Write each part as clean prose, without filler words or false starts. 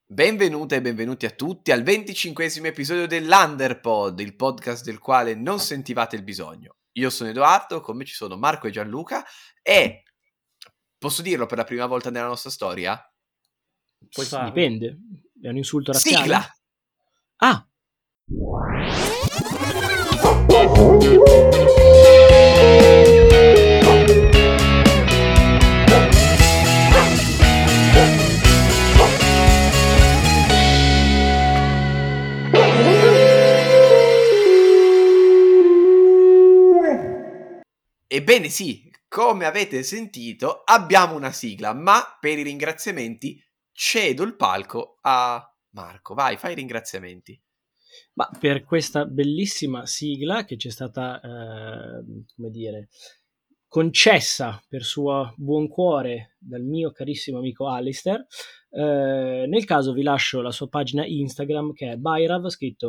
Benvenute e benvenuti a tutti al 25esimo episodio dell'Underpod, il podcast del quale non sentivate il bisogno. Io sono Edoardo, con me ci sono Marco e Gianluca e, posso dirlo per la prima volta nella nostra storia? Puoi farlo. Dipende, è un insulto razziale? Sigla! Ah! Ebbene sì, come avete sentito abbiamo una sigla, ma per i ringraziamenti cedo il palco a Marco. Vai, fai i ringraziamenti. Ma per questa bellissima sigla che ci è stata, concessa per suo buon cuore dal mio carissimo amico Alistair, nel caso vi lascio la sua pagina Instagram che è Bairav, scritto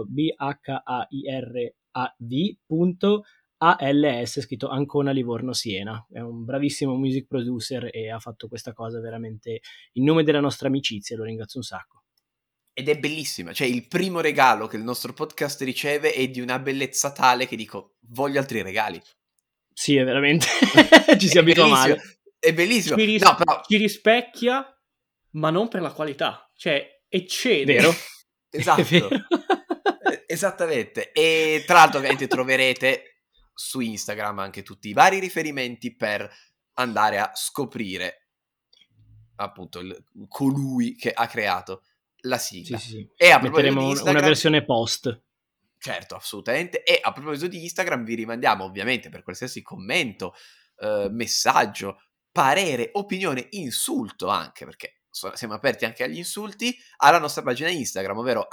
BHAIRAV.ALS, scritto Ancona Livorno Siena. È un bravissimo music producer e ha fatto questa cosa veramente in nome della nostra amicizia, lo ringrazio un sacco. Ed è bellissima, cioè il primo regalo che il nostro podcast riceve è di una bellezza tale che dico, voglio altri regali. Sì, è veramente, ci si abitua male. È bellissimo, no, però ci rispecchia, ma non per la qualità, cioè eccede. Vero? Esatto, vero. Esattamente. E tra l'altro ovviamente troverete su Instagram anche tutti i vari riferimenti per andare a scoprire appunto colui che ha creato la sigla. Sì. E a metteremo di Instagram, una versione post. Certo, assolutamente. E a proposito di Instagram vi rimandiamo ovviamente per qualsiasi commento, messaggio, parere, opinione, insulto anche, perché siamo aperti anche agli insulti, alla nostra pagina Instagram, ovvero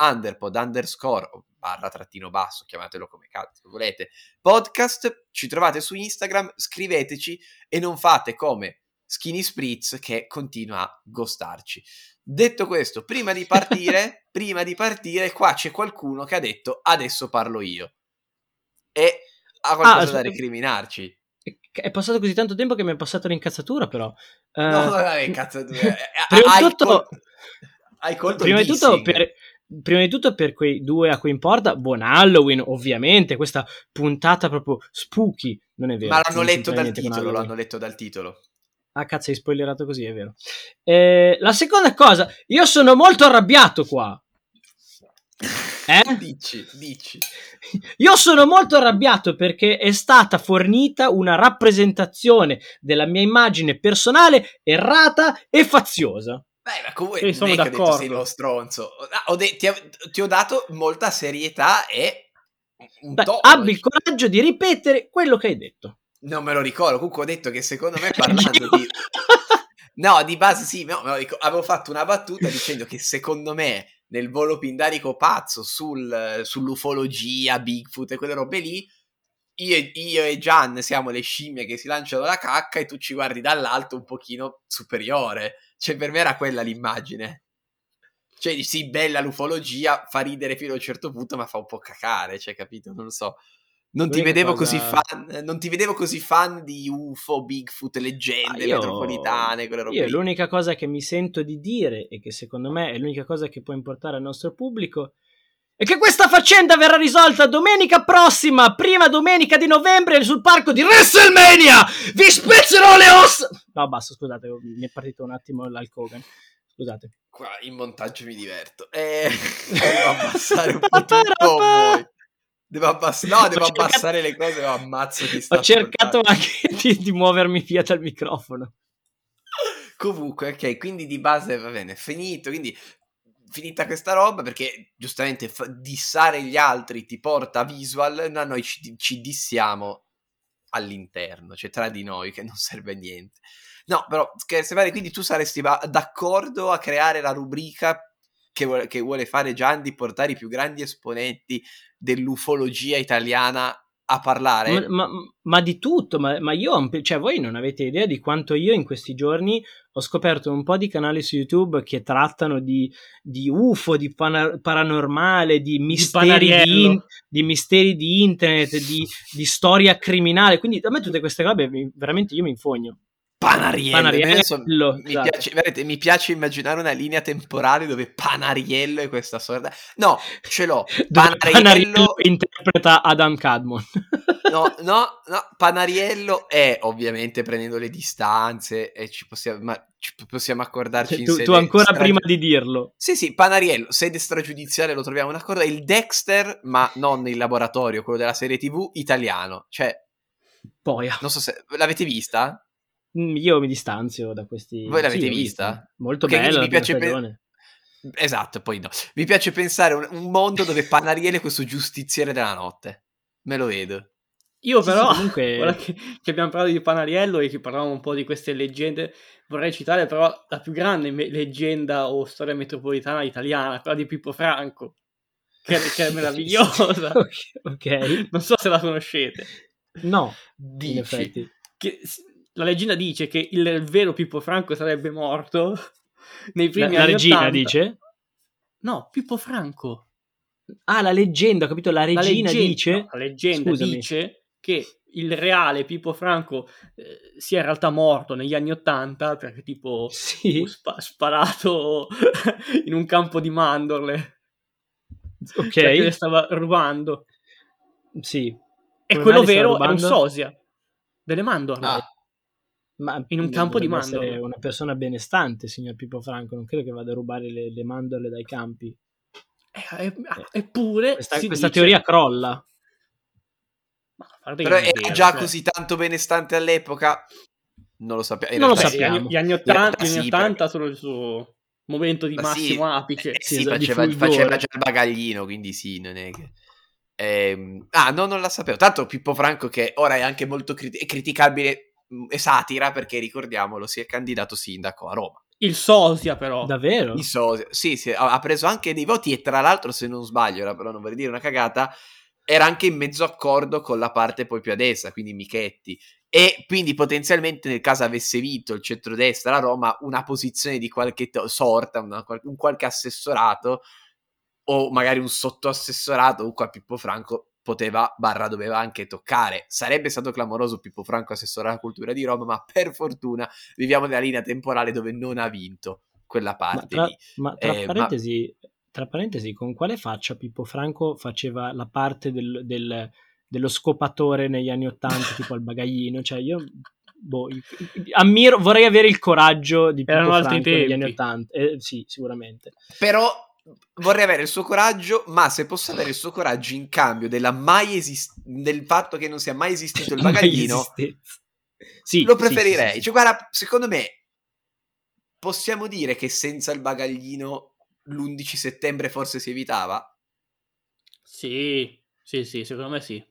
__barra_ chiamatelo come cazzo volete, podcast. Ci trovate su Instagram, scriveteci e non fate come Skinny Spritz che continua a ghostarci. Detto questo, prima di partire, qua c'è qualcuno che ha detto adesso parlo io e ha qualcosa da recriminarci. È passato così tanto tempo che mi è passata l'incazzatura, però. No, vabbè, incazzatura. Hai colto prima il dissing. Prima di tutto per quei due a cui importa, buon Halloween, ovviamente, questa puntata proprio spooky, non è vero. Ma l'hanno letto dal titolo, Ah, cazzo, hai spoilerato così, è vero. La seconda cosa, io sono molto arrabbiato qua. Dici. Io sono molto arrabbiato perché è stata fornita una rappresentazione della mia immagine personale errata e faziosa. Beh, ma comunque sono d'accordo. Detto sei lo stronzo. Ti ho dato molta serietà e un tono. Abbi il coraggio di ripetere quello che hai detto. Non me lo ricordo, comunque ho detto che secondo me parlando di... No, di base sì, no, avevo fatto una battuta dicendo che secondo me nel volo pindarico pazzo sull'ufologia, Bigfoot e quelle robe lì, io e Gian siamo le scimmie che si lanciano la cacca e tu ci guardi dall'alto un pochino superiore. Cioè per me era quella l'immagine. Cioè sì, bella l'ufologia, fa ridere fino a un certo punto ma fa un po' cacare, cioè capito? Non lo so. Non ti vedevo così fan di UFO, Bigfoot, leggende metropolitane, quelle robe. Io l'unica cosa che mi sento di dire e che secondo me è l'unica cosa che può importare al nostro pubblico è che questa faccenda verrà risolta domenica prossima, prima domenica di novembre sul palco di WrestleMania. Vi spezzerò le ossa. No, basta, scusate, mi è partito un attimo l'Hulk. Scusate. Qua in montaggio mi diverto. Devo abbassare un po' tutto voi. Devo abbassare le cose e ammazzo chi sta ascoltando. Ho cercato anche di muovermi via dal microfono. Comunque, ok, quindi di base va bene, finito, quindi finita questa roba, perché giustamente dissare gli altri ti porta a visual, noi ci dissiamo all'interno, cioè tra di noi, che non serve a niente. No, però, scherzi vari, quindi tu saresti d'accordo a creare la rubrica che vuole fare Gian di portare i più grandi esponenti dell'ufologia italiana a parlare? Ma di tutto, ma io, cioè voi non avete idea di quanto io in questi giorni ho scoperto un po' di canali su YouTube che trattano di UFO, di paranormale, di misteri di misteri di internet, di storia criminale, quindi a me tutte queste robe veramente io mi infogno. Panariello, Mi esatto. piace, vedete, mi piace immaginare una linea temporale dove Panariello è questa sorta. No, ce l'ho. Dove Panariello Panariello. interpreta Adam Cadmon. No, Panariello è ovviamente prendendo le distanze e ci possiamo accordarci Cioè, in tu sede ancora prima di dirlo. Sì, Panariello, sede stragiudiziale lo troviamo d'accordo, è il Dexter, ma non il laboratorio, quello della serie TV italiano. Cioè, Boia. non so se l'avete vista? Io mi distanzio da questi... Voi Sì, l'avete l'ho vista. vista? Molto Ok, quindi bella la mi prima piace stagione. esatto, poi no. Mi piace pensare un mondo dove Panariello è questo giustiziere della notte. Me lo vedo. Io Sì, però, comunque... ora che abbiamo parlato di Panariello e che parlavamo un po' di queste leggende, vorrei citare però la più grande leggenda o storia metropolitana italiana, quella di Pippo Franco, che è meravigliosa. Ok. Non so se la conoscete. No, Dici? in effetti. La leggenda dice che il vero Pippo Franco sarebbe morto nei primi La anni regina 80. dice? No, Pippo Franco. Ah, la leggenda, ho capito? La regina dice? No, la leggenda Scusami. dice che il reale Pippo Franco sia in realtà morto negli anni 80 perché tipo Sì. sparato in un campo di mandorle. Ok. Cioè che le stava rubando. Sì. E Come quello mai le stava vero è un rubando? sosia delle mandorle. Ah, Ma In un campo di dovrebbe essere mandorle. una persona benestante, signor Pippo Franco. Non credo che vada a rubare le mandorle dai campi. Eppure si Questa dice... teoria crolla. Ma a parte che però non è era vero, già cioè... così tanto benestante all'epoca? Non lo sappiamo. In Non lo realtà sì. sappiamo. Gli anni In 80, realtà gli anni sì, 80 sono il suo momento di ma massimo sì, apice. Sì, sì, di faceva fulgore. già il bagaglino, quindi sì, non è che... no, non la sapevo. Tanto Pippo Franco, che ora è anche molto criticabile e satira, perché ricordiamolo, si è candidato sindaco a Roma. Il sosia però. Davvero? Sì, ha preso anche dei voti e tra l'altro, se non sbaglio, ora però non vorrei dire una cagata, era anche in mezzo accordo con la parte poi più a destra, quindi Michetti. E quindi potenzialmente nel caso avesse vinto il centrodestra la Roma, una posizione di qualche sorta, un qualche assessorato o magari un sottoassessorato comunque a Pippo Franco doveva anche toccare. Sarebbe stato clamoroso Pippo Franco assessore alla cultura di Roma, ma per fortuna viviamo nella linea temporale dove non ha vinto quella parte lì. Tra parentesi, con quale faccia Pippo Franco faceva la parte dello scopatore negli anni '80, tipo al bagaglino? Cioè io ammiro, vorrei avere il coraggio di Pippo Erano altri Franco negli anni tempi. '80. Sì, sicuramente. Però vorrei avere il suo coraggio, ma se posso avere il suo coraggio in cambio del fatto che non sia mai esistito il bagaglino, sì, lo preferirei. Sì. Cioè, guarda, secondo me possiamo dire che senza il bagaglino l'11 settembre forse si evitava? Sì, secondo me sì.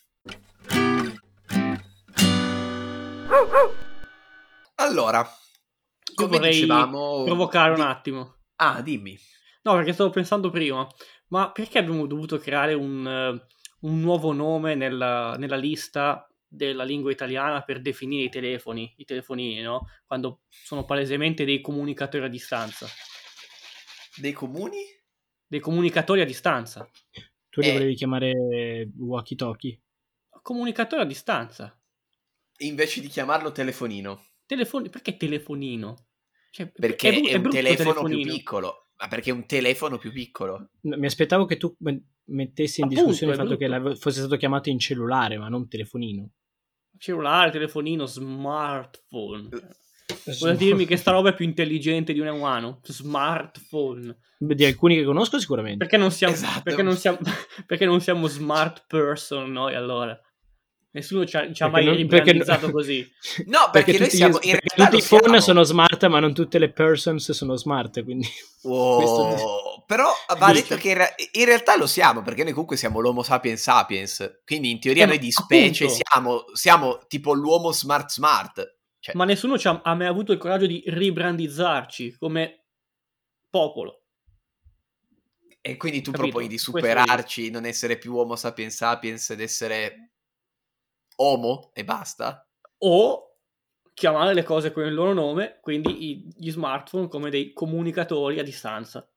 Allora, Io come vorrei dicevamo... provocare un attimo. Ah, dimmi. No, perché stavo pensando prima, ma perché abbiamo dovuto creare un nuovo nome nella lista della lingua italiana per definire i telefonini, no? Quando sono palesemente dei comunicatori a distanza. Dei comuni? Dei comunicatori a distanza. Tu li volevi chiamare walkie talkie? Comunicatore a distanza. Invece di chiamarlo telefonino. Perché telefonino? Cioè, Perché è un brutto telefono più telefonino. piccolo. Ma perché è un telefono più piccolo. Mi aspettavo che tu mettessi in Appunto, discussione il è fatto che brutto. fosse stato chiamato in cellulare, ma non telefonino. Cellulare, telefonino, smartphone. Vuoi dirmi che sta roba è più intelligente di un umano? Smartphone. Di alcuni che conosco sicuramente. Perché non siamo, Esatto. perché non siamo smart person noi allora? Nessuno ci ha mai ribrandizzato così. No, perché noi siamo... tutti i phone sono smart, ma non tutte le persons sono smart, quindi... Però va detto che in realtà lo siamo, perché noi comunque siamo l'Homo sapiens sapiens, quindi in teoria noi di specie siamo tipo l'uomo smart. Cioè. Ma nessuno ha mai avuto il coraggio di ribrandizzarci come popolo. E quindi tu Capito? proponi di superarci, non essere più Homo sapiens sapiens ed essere Homo e basta? O chiamare le cose con il loro nome, quindi gli smartphone come dei comunicatori a distanza.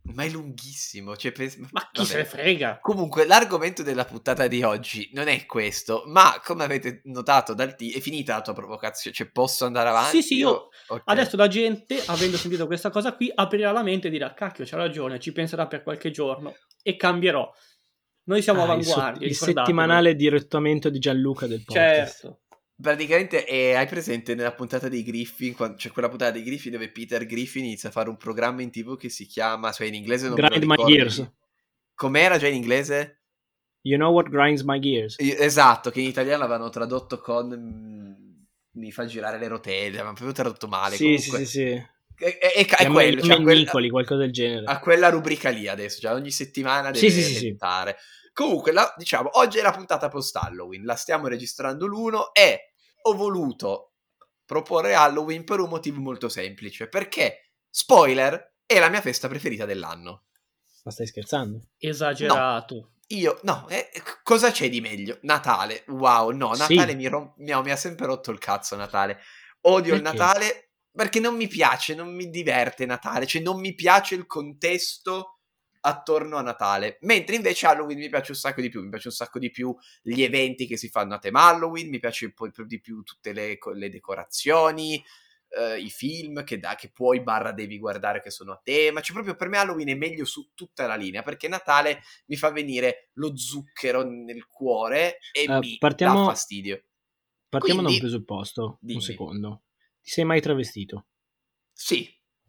Ma è lunghissimo, cioè Ma chi se ne frega? Comunque, l'argomento della puntata di oggi non è questo, ma come avete notato è finita la tua provocazione, cioè posso andare avanti? Sì, io Okay. adesso la gente, avendo sentito questa cosa qui, aprirà la mente e dirà: cacchio, c'ha ragione, ci penserà per qualche giorno e cambierò. Noi siamo avanguardie, il ricordatevelo. settimanale dirottamento di Gianluca del podcast. Certo. Praticamente hai presente nella puntata dei Griffin, c'è quella puntata dei Griffin dove Peter Griffin inizia a fare un programma in TV che si chiama, cioè in inglese non me lo Grind My ricordo. Gears. Com'era già in inglese? You know what grinds my gears? Esatto, che in italiano l'avevano tradotto con mi fa girare le rotelle, ma proprio tradotto male. Sì, Comunque, sì. è quello, cioè Nicoli, qualcosa del genere. a quella rubrica lì adesso, cioè ogni settimana deve restare. Comunque, diciamo, oggi è la puntata post-Halloween, la stiamo registrando l'1 e ho voluto proporre Halloween per un motivo molto semplice, perché, spoiler, è la mia festa preferita dell'anno. Ma stai scherzando? Esagerato. Cosa c'è di meglio? Natale, wow, no, Natale mi ha sempre rotto il cazzo Natale. Odio il Natale perché non mi piace, non mi diverte Natale, cioè non mi piace il contesto attorno a Natale, mentre invece Halloween mi piace un sacco di più, mi piace un sacco di più gli eventi che si fanno a tema Halloween, mi piace poi di più tutte le decorazioni, i film che puoi / devi guardare che sono a tema, cioè proprio per me Halloween è meglio su tutta la linea, perché Natale mi fa venire lo zucchero nel cuore e mi dà fastidio. Partiamo da un presupposto, dimmi. Un secondo. Ti sei mai travestito? Sì.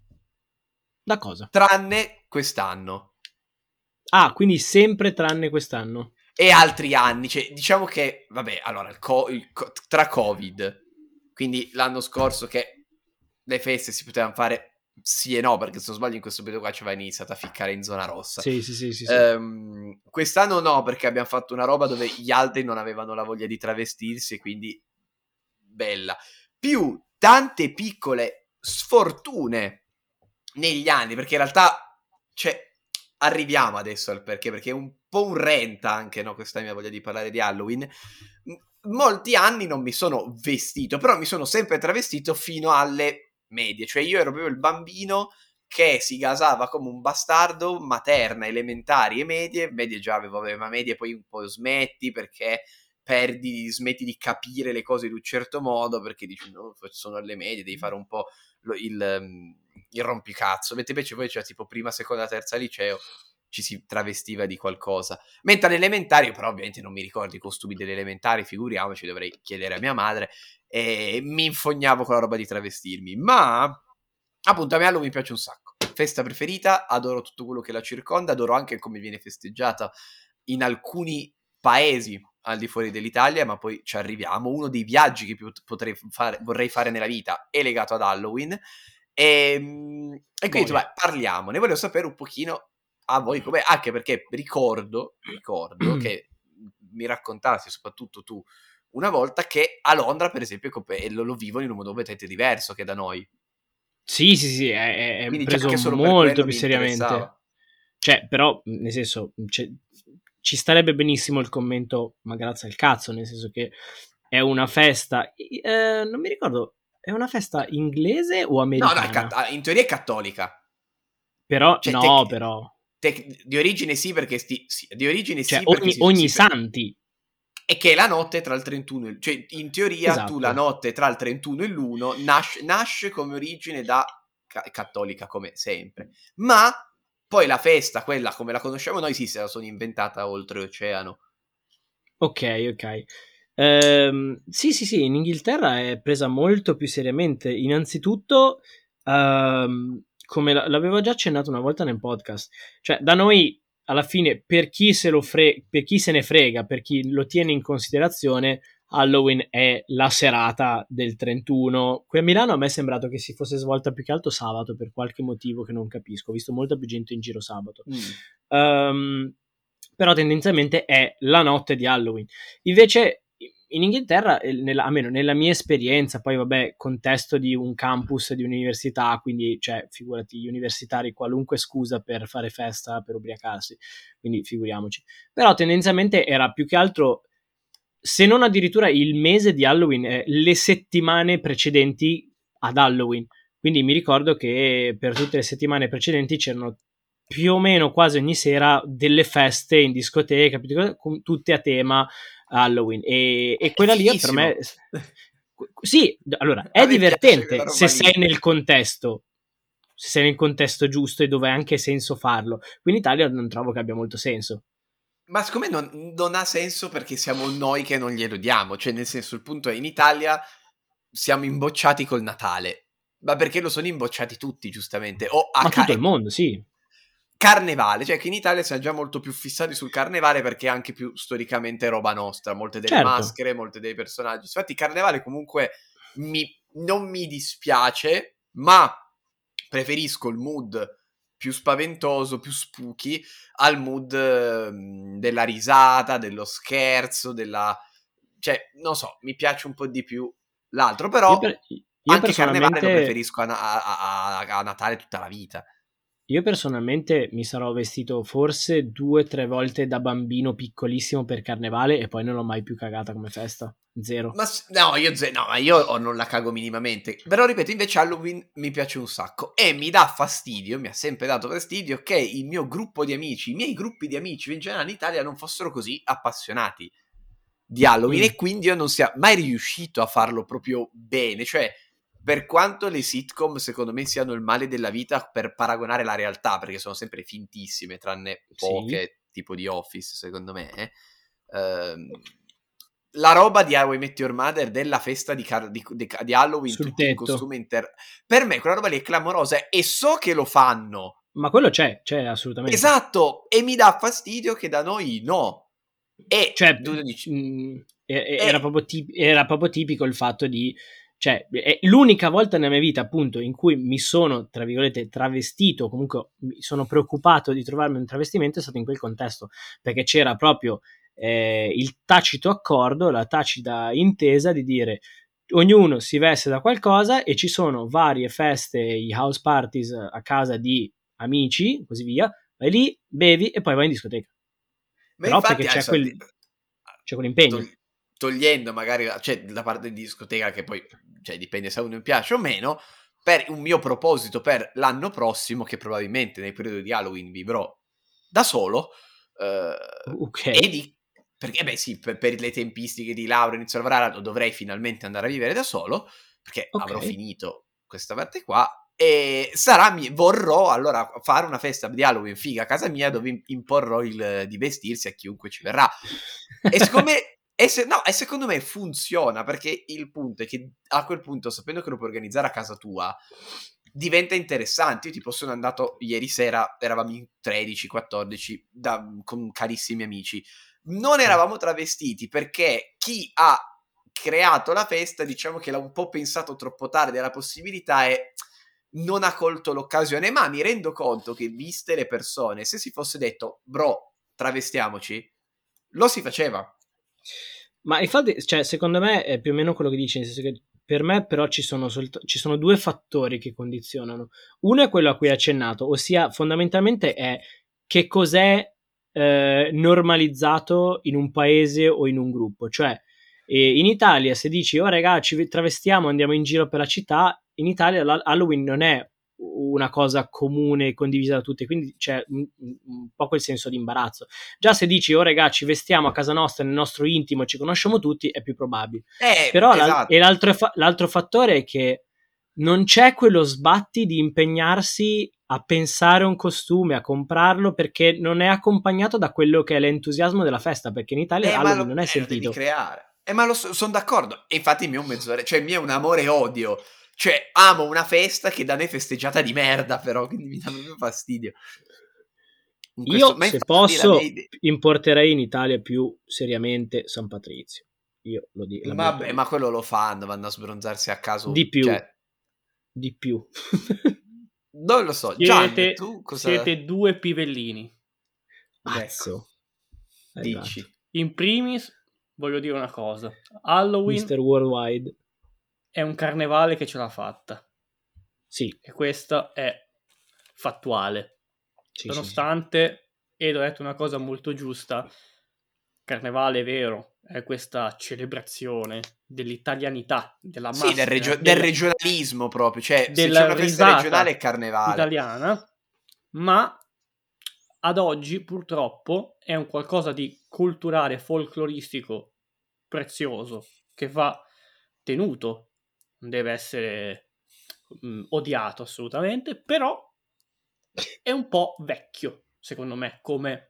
Da cosa? Tranne quest'anno. Ah, quindi sempre tranne quest'anno. E altri anni, cioè diciamo che, vabbè, allora, tra Covid, quindi l'anno scorso che le feste si potevano fare sì e no, perché se non sbaglio in questo periodo qua ci aveva iniziato a ficcare in zona rossa. Sì. Quest'anno no, perché abbiamo fatto una roba dove gli altri non avevano la voglia di travestirsi e quindi bella. Più tante piccole sfortune negli anni, perché in realtà, cioè, arriviamo adesso al perché è un po' un rant anche, no? Questa è la mia voglia di parlare di Halloween. Molti anni non mi sono vestito, però mi sono sempre travestito fino alle medie, cioè io ero proprio il bambino che si gasava come un bastardo, materna, elementari e medie già avevo, ma medie poi un po' smetti perché smetti di capire le cose in un certo modo, perché dici no, sono alle medie, devi fare un po' il rompicazzo, mentre invece poi cioè tipo prima, seconda, terza liceo ci si travestiva di qualcosa, mentre alle elementari però ovviamente non mi ricordo i costumi delle elementari, figuriamoci, dovrei chiedere a mia madre, e mi infognavo con la roba di travestirmi, ma appunto a me Halloween mi piace un sacco, festa preferita, adoro tutto quello che la circonda, adoro anche come viene festeggiata in alcuni paesi al di fuori dell'Italia, ma poi ci arriviamo. Uno dei viaggi che vorrei fare nella vita è legato ad Halloween, e quindi parliamo, ne voglio sapere un pochino a voi come, anche perché ricordo che mi raccontassi, soprattutto tu, una volta, che a Londra per esempio lo vivono in un modo completamente diverso che da noi. Sì, è preso solo molto più seriamente. Cioè, però, nel senso, ci starebbe benissimo il commento, ma grazie al cazzo, nel senso che è una festa, non mi ricordo, è una festa inglese o americana? No, in teoria è cattolica. Però, cioè, però... di origine sì, perché di origine cioè, sì, perché ogni santi. E che è la notte tra il 31 e cioè in teoria esatto. Tu la notte tra il 31 e l'1 nasce come origine da cattolica come sempre, ma poi la festa, quella come la conosciamo noi, sì, se la sono inventata oltreoceano. Ok. Sì, in Inghilterra è presa molto più seriamente. Innanzitutto, come l'avevo già accennato una volta nel podcast, cioè da noi alla fine per chi se ne frega, per chi lo tiene in considerazione, Halloween è la serata del 31. Qui a Milano a me è sembrato che si fosse svolta più che altro sabato, per qualche motivo che non capisco. Ho visto molta più gente in giro sabato. Però tendenzialmente è la notte di Halloween. Invece in Inghilterra, almeno nella mia esperienza, poi vabbè, contesto di un campus di università, quindi cioè figurati, gli universitari qualunque scusa per fare festa, per ubriacarsi, quindi figuriamoci. Però tendenzialmente era più che altro, se non addirittura il mese di Halloween, le settimane precedenti ad Halloween. Quindi mi ricordo che per tutte le settimane precedenti c'erano più o meno quasi ogni sera delle feste in discoteca, tutte a tema Halloween, e quella lì per me sì, allora è divertente se sei nel contesto giusto e dove ha anche senso farlo. Qui in Italia non trovo che abbia molto senso. Ma secondo me non ha senso perché siamo noi che non glielo diamo, cioè nel senso, il punto è, in Italia siamo imbocciati col Natale, ma perché lo sono imbocciati tutti, giustamente, o ma tutto il mondo, sì. Carnevale, cioè che in Italia siamo già molto più fissati sul carnevale perché è anche più storicamente roba nostra, molte delle maschere, molte dei personaggi. Infatti carnevale comunque non mi dispiace, ma preferisco il mood più spaventoso, più spooky, al mood della risata, dello scherzo, cioè, non so, mi piace un po' di più l'altro, però io anche carnevale lo preferisco a Natale tutta la vita. Io personalmente mi sarò vestito forse 2-3 volte da bambino piccolissimo per carnevale e poi non l'ho mai più cagata come festa. Zero. Io non la cago minimamente. Però ripeto, invece Halloween mi piace un sacco e mi dà fastidio, mi ha sempre dato fastidio che il mio gruppo di amici, i miei gruppi di amici in generale in Italia non fossero così appassionati di Halloween e quindi io non sia mai riuscito a farlo proprio bene. Cioè, per quanto le sitcom secondo me siano il male della vita per paragonare la realtà, perché sono sempre fintissime, tranne poche, tipo di Office, secondo me, la roba di How I Met Your Mother della festa di Halloween sul tutti tetto. in costume per me quella roba lì è clamorosa e so che lo fanno. Ma quello c'è assolutamente. Esatto, e mi dà fastidio che da noi no. E cioè, era proprio tipico il fatto di, cioè, è l'unica volta nella mia vita appunto in cui mi sono, tra virgolette, travestito, comunque mi sono preoccupato di trovarmi un travestimento, è stato in quel contesto, perché c'era proprio il tacito accordo, la tacita intesa di dire ognuno si veste da qualcosa e ci sono varie feste, i house parties a casa di amici, così via, vai lì, bevi e poi vai in discoteca. Ma però infatti, perché c'è quell'impegno. Togliendo magari la parte di discoteca che poi dipende se a uno piace o meno, per un mio proposito per l'anno prossimo, che probabilmente nel periodo di Halloween vivrò da solo, perché per le tempistiche di laurea, inizio a lavorare, dovrei finalmente andare a vivere da solo, perché avrò finito questa parte qua, e vorrò allora fare una festa di Halloween figa a casa mia dove imporrò di vestirsi a chiunque ci verrà. E secondo me funziona, perché il punto è che a quel punto, sapendo che lo puoi organizzare a casa tua, diventa interessante. Io tipo sono andato ieri sera, eravamo in 13-14 con carissimi amici, non eravamo travestiti perché chi ha creato la festa, diciamo che l'ha un po' pensato troppo tardi alla possibilità e non ha colto l'occasione, ma mi rendo conto che, viste le persone, se si fosse detto bro, travestiamoci, lo si faceva. Ma infatti, cioè, secondo me è più o meno quello che dici, nel senso che per me però ci sono due fattori che condizionano. Uno è quello a cui hai accennato, ossia fondamentalmente è che cos'è normalizzato in un paese o in un gruppo. Cioè, in Italia se dici oh raga ci travestiamo, andiamo in giro per la città, in Italia Halloween non è una cosa comune condivisa da tutti, quindi c'è un po' quel senso di imbarazzo. Già se dici oh raga ci vestiamo a casa nostra, nel nostro intimo, ci conosciamo tutti, è più probabile. Però esatto. l'altro fattore è che non c'è quello sbatti di impegnarsi a pensare un costume, a comprarlo, perché non è accompagnato da quello che è l'entusiasmo della festa, perché in Italia Halloween non è sentito. Lo devi creare. Ma sono d'accordo. E infatti il mio cioè il mio è un amore e odio. Cioè, amo una festa che da me è festeggiata di merda, però, quindi mi dà proprio fastidio. Io, se posso, importerei in Italia più seriamente San Patrizio. Io lo dico. Vabbè, ma quello lo fanno, vanno a sbronzarsi a caso. Di più. Cioè... Di più. Non lo so. Gian, tu cosa... Siete due pivellini. Pazzo. Dici. In primis, voglio dire una cosa. Halloween... Mr. Worldwide. È un carnevale che ce l'ha fatta. Sì. E questo è fattuale. Sì, nonostante, ed ho detto una cosa molto giusta, carnevale è vero, è questa celebrazione dell'italianità, della maschera, del regionalismo proprio, cioè della se c'è una festa regionale è carnevale italiana, ma ad oggi purtroppo è un qualcosa di culturale, folcloristico, prezioso, che va tenuto, non deve essere odiato assolutamente, però è un po' vecchio, secondo me,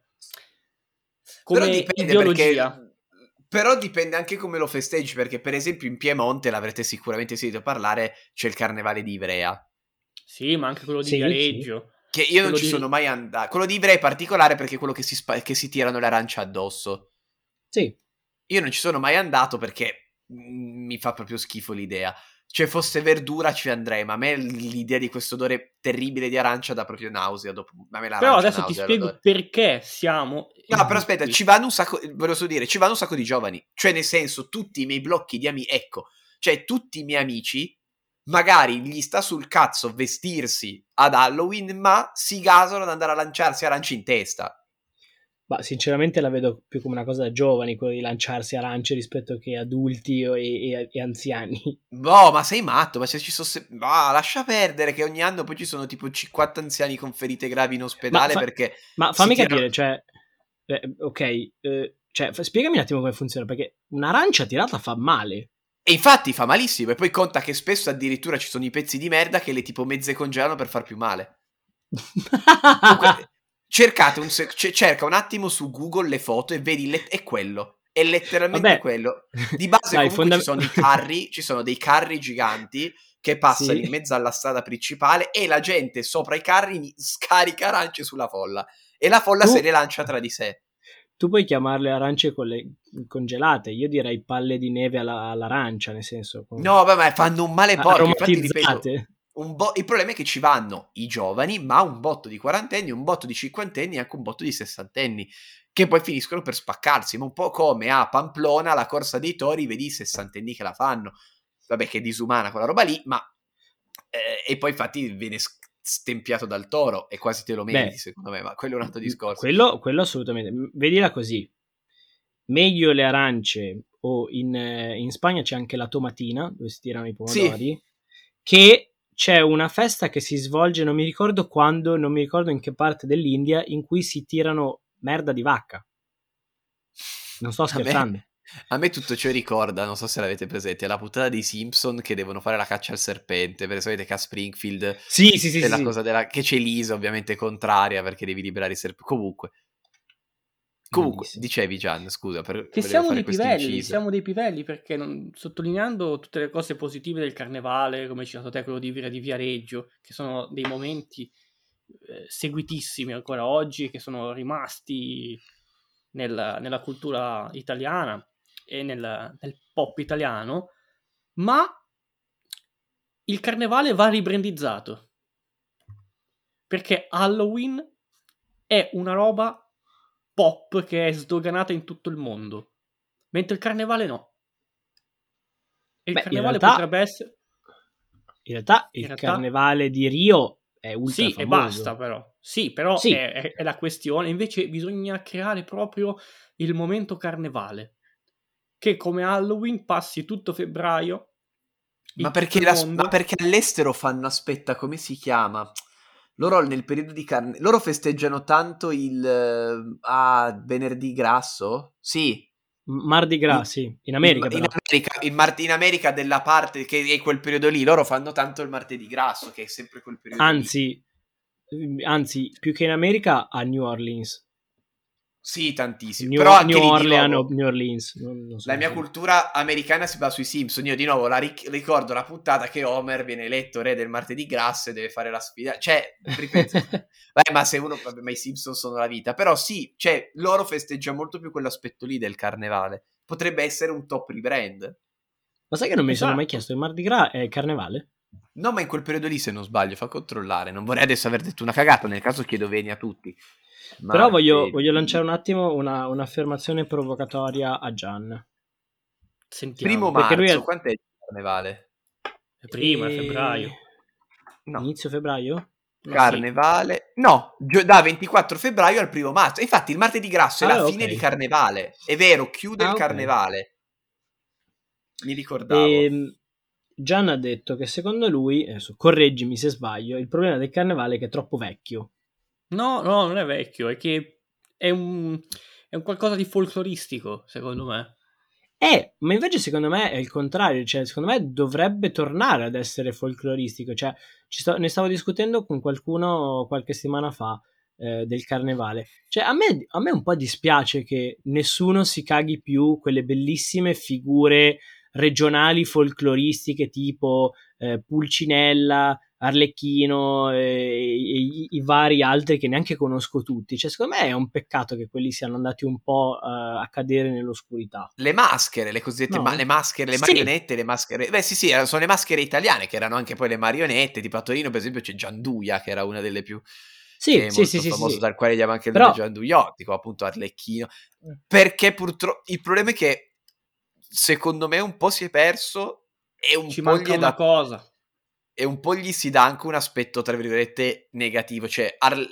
Però come dipende ideologia. però dipende anche come lo festeggi, perché per esempio in Piemonte, l'avrete sicuramente sentito parlare, c'è il carnevale di Ivrea. Sì, ma anche quello di Sì, sì. Viareggio, Che io non quello ci di... sono mai andato. Quello di Ivrea è particolare perché è quello che si tirano le arance addosso. Sì. Io non ci sono mai andato perché mi fa proprio schifo l'idea. Cioè, fosse verdura ci andrei, ma a me l'idea di questo odore terribile di arancia dà proprio nausea. A me Però l'arancia adesso ti nausea spiego l'odore. perché siamo No, però aspetta, qui. ci vanno un sacco, volevo solo dire, ci vanno un sacco di giovani. Cioè, nel senso, tutti i miei blocchi di amici, ecco, cioè tutti i miei amici, magari gli sta sul cazzo vestirsi ad Halloween, ma si gasano ad andare a lanciarsi arance in testa. Ma sinceramente la vedo più come una cosa da giovani, quello di lanciarsi arance rispetto che adulti e anziani. Boh, ma sei matto? Ma se ci sono. Lascia perdere che ogni anno poi ci sono tipo 50 anziani con ferite gravi in Ma, ospedale perché ma si fammi tirano. capire, cioè, ok, cioè, spiegami un attimo come funziona, perché un'arancia tirata fa male. E infatti fa malissimo. E poi conta che spesso addirittura ci sono i pezzi di merda che le tipo mezze congelano per far più male. Comunque, cerca un attimo su Google le foto e vedi, è quello. È letteralmente Vabbè, quello. Di base dai, comunque ci sono dei carri giganti che passano sì. in mezzo alla strada principale e la gente sopra i carri scarica arance sulla folla. E la folla se Tu, le lancia tra di sé. tu puoi chiamarle arance congelate, io direi palle di neve all'arancia, nel senso, No, beh, ma fanno un male porco. Infatti, ripeto, aromatizzate. il problema è che ci vanno i giovani, ma un botto di quarantenni, un botto di cinquantenni e anche un botto di sessantenni, che poi finiscono per spaccarsi. Ma un po' come a Pamplona, la corsa dei tori, vedi i sessantenni che la fanno. Vabbè, che è disumana quella roba lì, ma. E poi infatti viene stempiato dal toro e quasi te lo meriti, Beh, secondo me, ma quello è un altro discorso. quello assolutamente. Vedila così. Meglio le arance o in Spagna c'è anche la tomatina, dove si tirano i Sì, pomodori, che c'è una festa che si svolge, non mi ricordo quando, non mi ricordo in che parte dell'India, in cui si tirano merda di vacca. Non sto a me, scherzando. a me tutto ciò ricorda, non so se l'avete presente, la puntata dei Simpson che devono fare la caccia al serpente, perché sapete che a Springfield Sì, sì, sì, c'è sì, la sì. cosa che c'è Lisa ovviamente contraria perché devi liberare i serpenti. Comunque, Bellissimo. dicevi Gian, scusa, Che volevo siamo fare dei questo pivelli, inciso. siamo dei pivelli perché sottolineando tutte le cose positive del carnevale, come hai citato te, quello di Viareggio, che sono dei momenti seguitissimi ancora oggi, che sono rimasti nella cultura italiana e nel pop italiano, ma il carnevale va ribrandizzato perché Halloween è una roba pop che è sdoganata in tutto il mondo, mentre il carnevale no. E il Beh, carnevale potrebbe essere... in realtà In il realtà carnevale di Rio è ultra sì, e basta famoso. però. Sì, però Sì, è la questione. Invece bisogna creare proprio il momento carnevale, che come Halloween passi tutto febbraio Ma in tutto perché, il ma mondo. perché all'estero fanno, aspetta, come si chiama? Loro nel periodo di carne, loro festeggiano tanto il venerdì grasso? Sì, Mardi Gras, il- sì, in America in però. America, in America della parte che è quel periodo lì, loro fanno tanto il martedì grasso, che è sempre quel periodo lì. Anzi, più che in America, a New Orleans. Sì, tantissimo. Però anche New lì, di Orleans o nuovo, New Orleans, non so la come mia si dice. cultura americana si basa sui Simpson. Io di nuovo ricordo la puntata che Homer viene eletto re del martedì grasso e deve fare la sfida. Cioè, ripeto, ma se uno, vabbè, ma i Simpson sono la vita. Però sì, cioè, loro festeggiano molto più quell'aspetto lì del carnevale. Potrebbe essere un top rebrand. Ma sai che non mi sono mai Esatto. chiesto, il Mardi Gras è il carnevale? No, ma in quel periodo lì, se non sbaglio, fa controllare. Non vorrei adesso aver detto una cagata, nel caso chiedo venia a tutti. Però voglio Martedì. lanciare un attimo un'affermazione provocatoria a Gian. Primo Sentiamo. Perché lui marzo, è quant'è il carnevale? È prima, è e... febbraio. No. inizio febbraio? Ma sì. Carnevale, no, da 24 febbraio al 1 marzo. Infatti il martedì grasso è la Ah, ok. fine di carnevale. È vero, chiude il Ah, ok. carnevale. Mi ricordavo. E Gian ha detto che secondo lui, adesso correggimi se sbaglio, il problema del carnevale è che è troppo vecchio. No, non è vecchio, è che è un qualcosa di folcloristico, secondo me. Ma invece secondo me è il contrario, cioè secondo me dovrebbe tornare ad essere folcloristico, cioè ne stavo discutendo con qualcuno qualche settimana fa del carnevale, cioè a me un po' dispiace che nessuno si caghi più quelle bellissime figure regionali folcloristiche tipo Pulcinella, Arlecchino e i vari altri che neanche conosco tutti, cioè secondo me è un peccato che quelli siano andati un po' a cadere nell'oscurità. Le maschere, le cosiddette No? le maschere, le Sì. marionette, le maschere. Beh, sì, sono le maschere italiane che erano anche poi le marionette. Tipo a Torino, per esempio, c'è Gianduia, che era una delle più. Sì, che è sì, molto sì, famoso, sì. dal quale diamo anche il Però nome Gianduiotti, appunto Arlecchino. Perché purtroppo il problema è che secondo me un po' si è perso e un Ci po' manca una cosa. e un po' gli si dà anche un aspetto, tra virgolette, negativo. Cioè,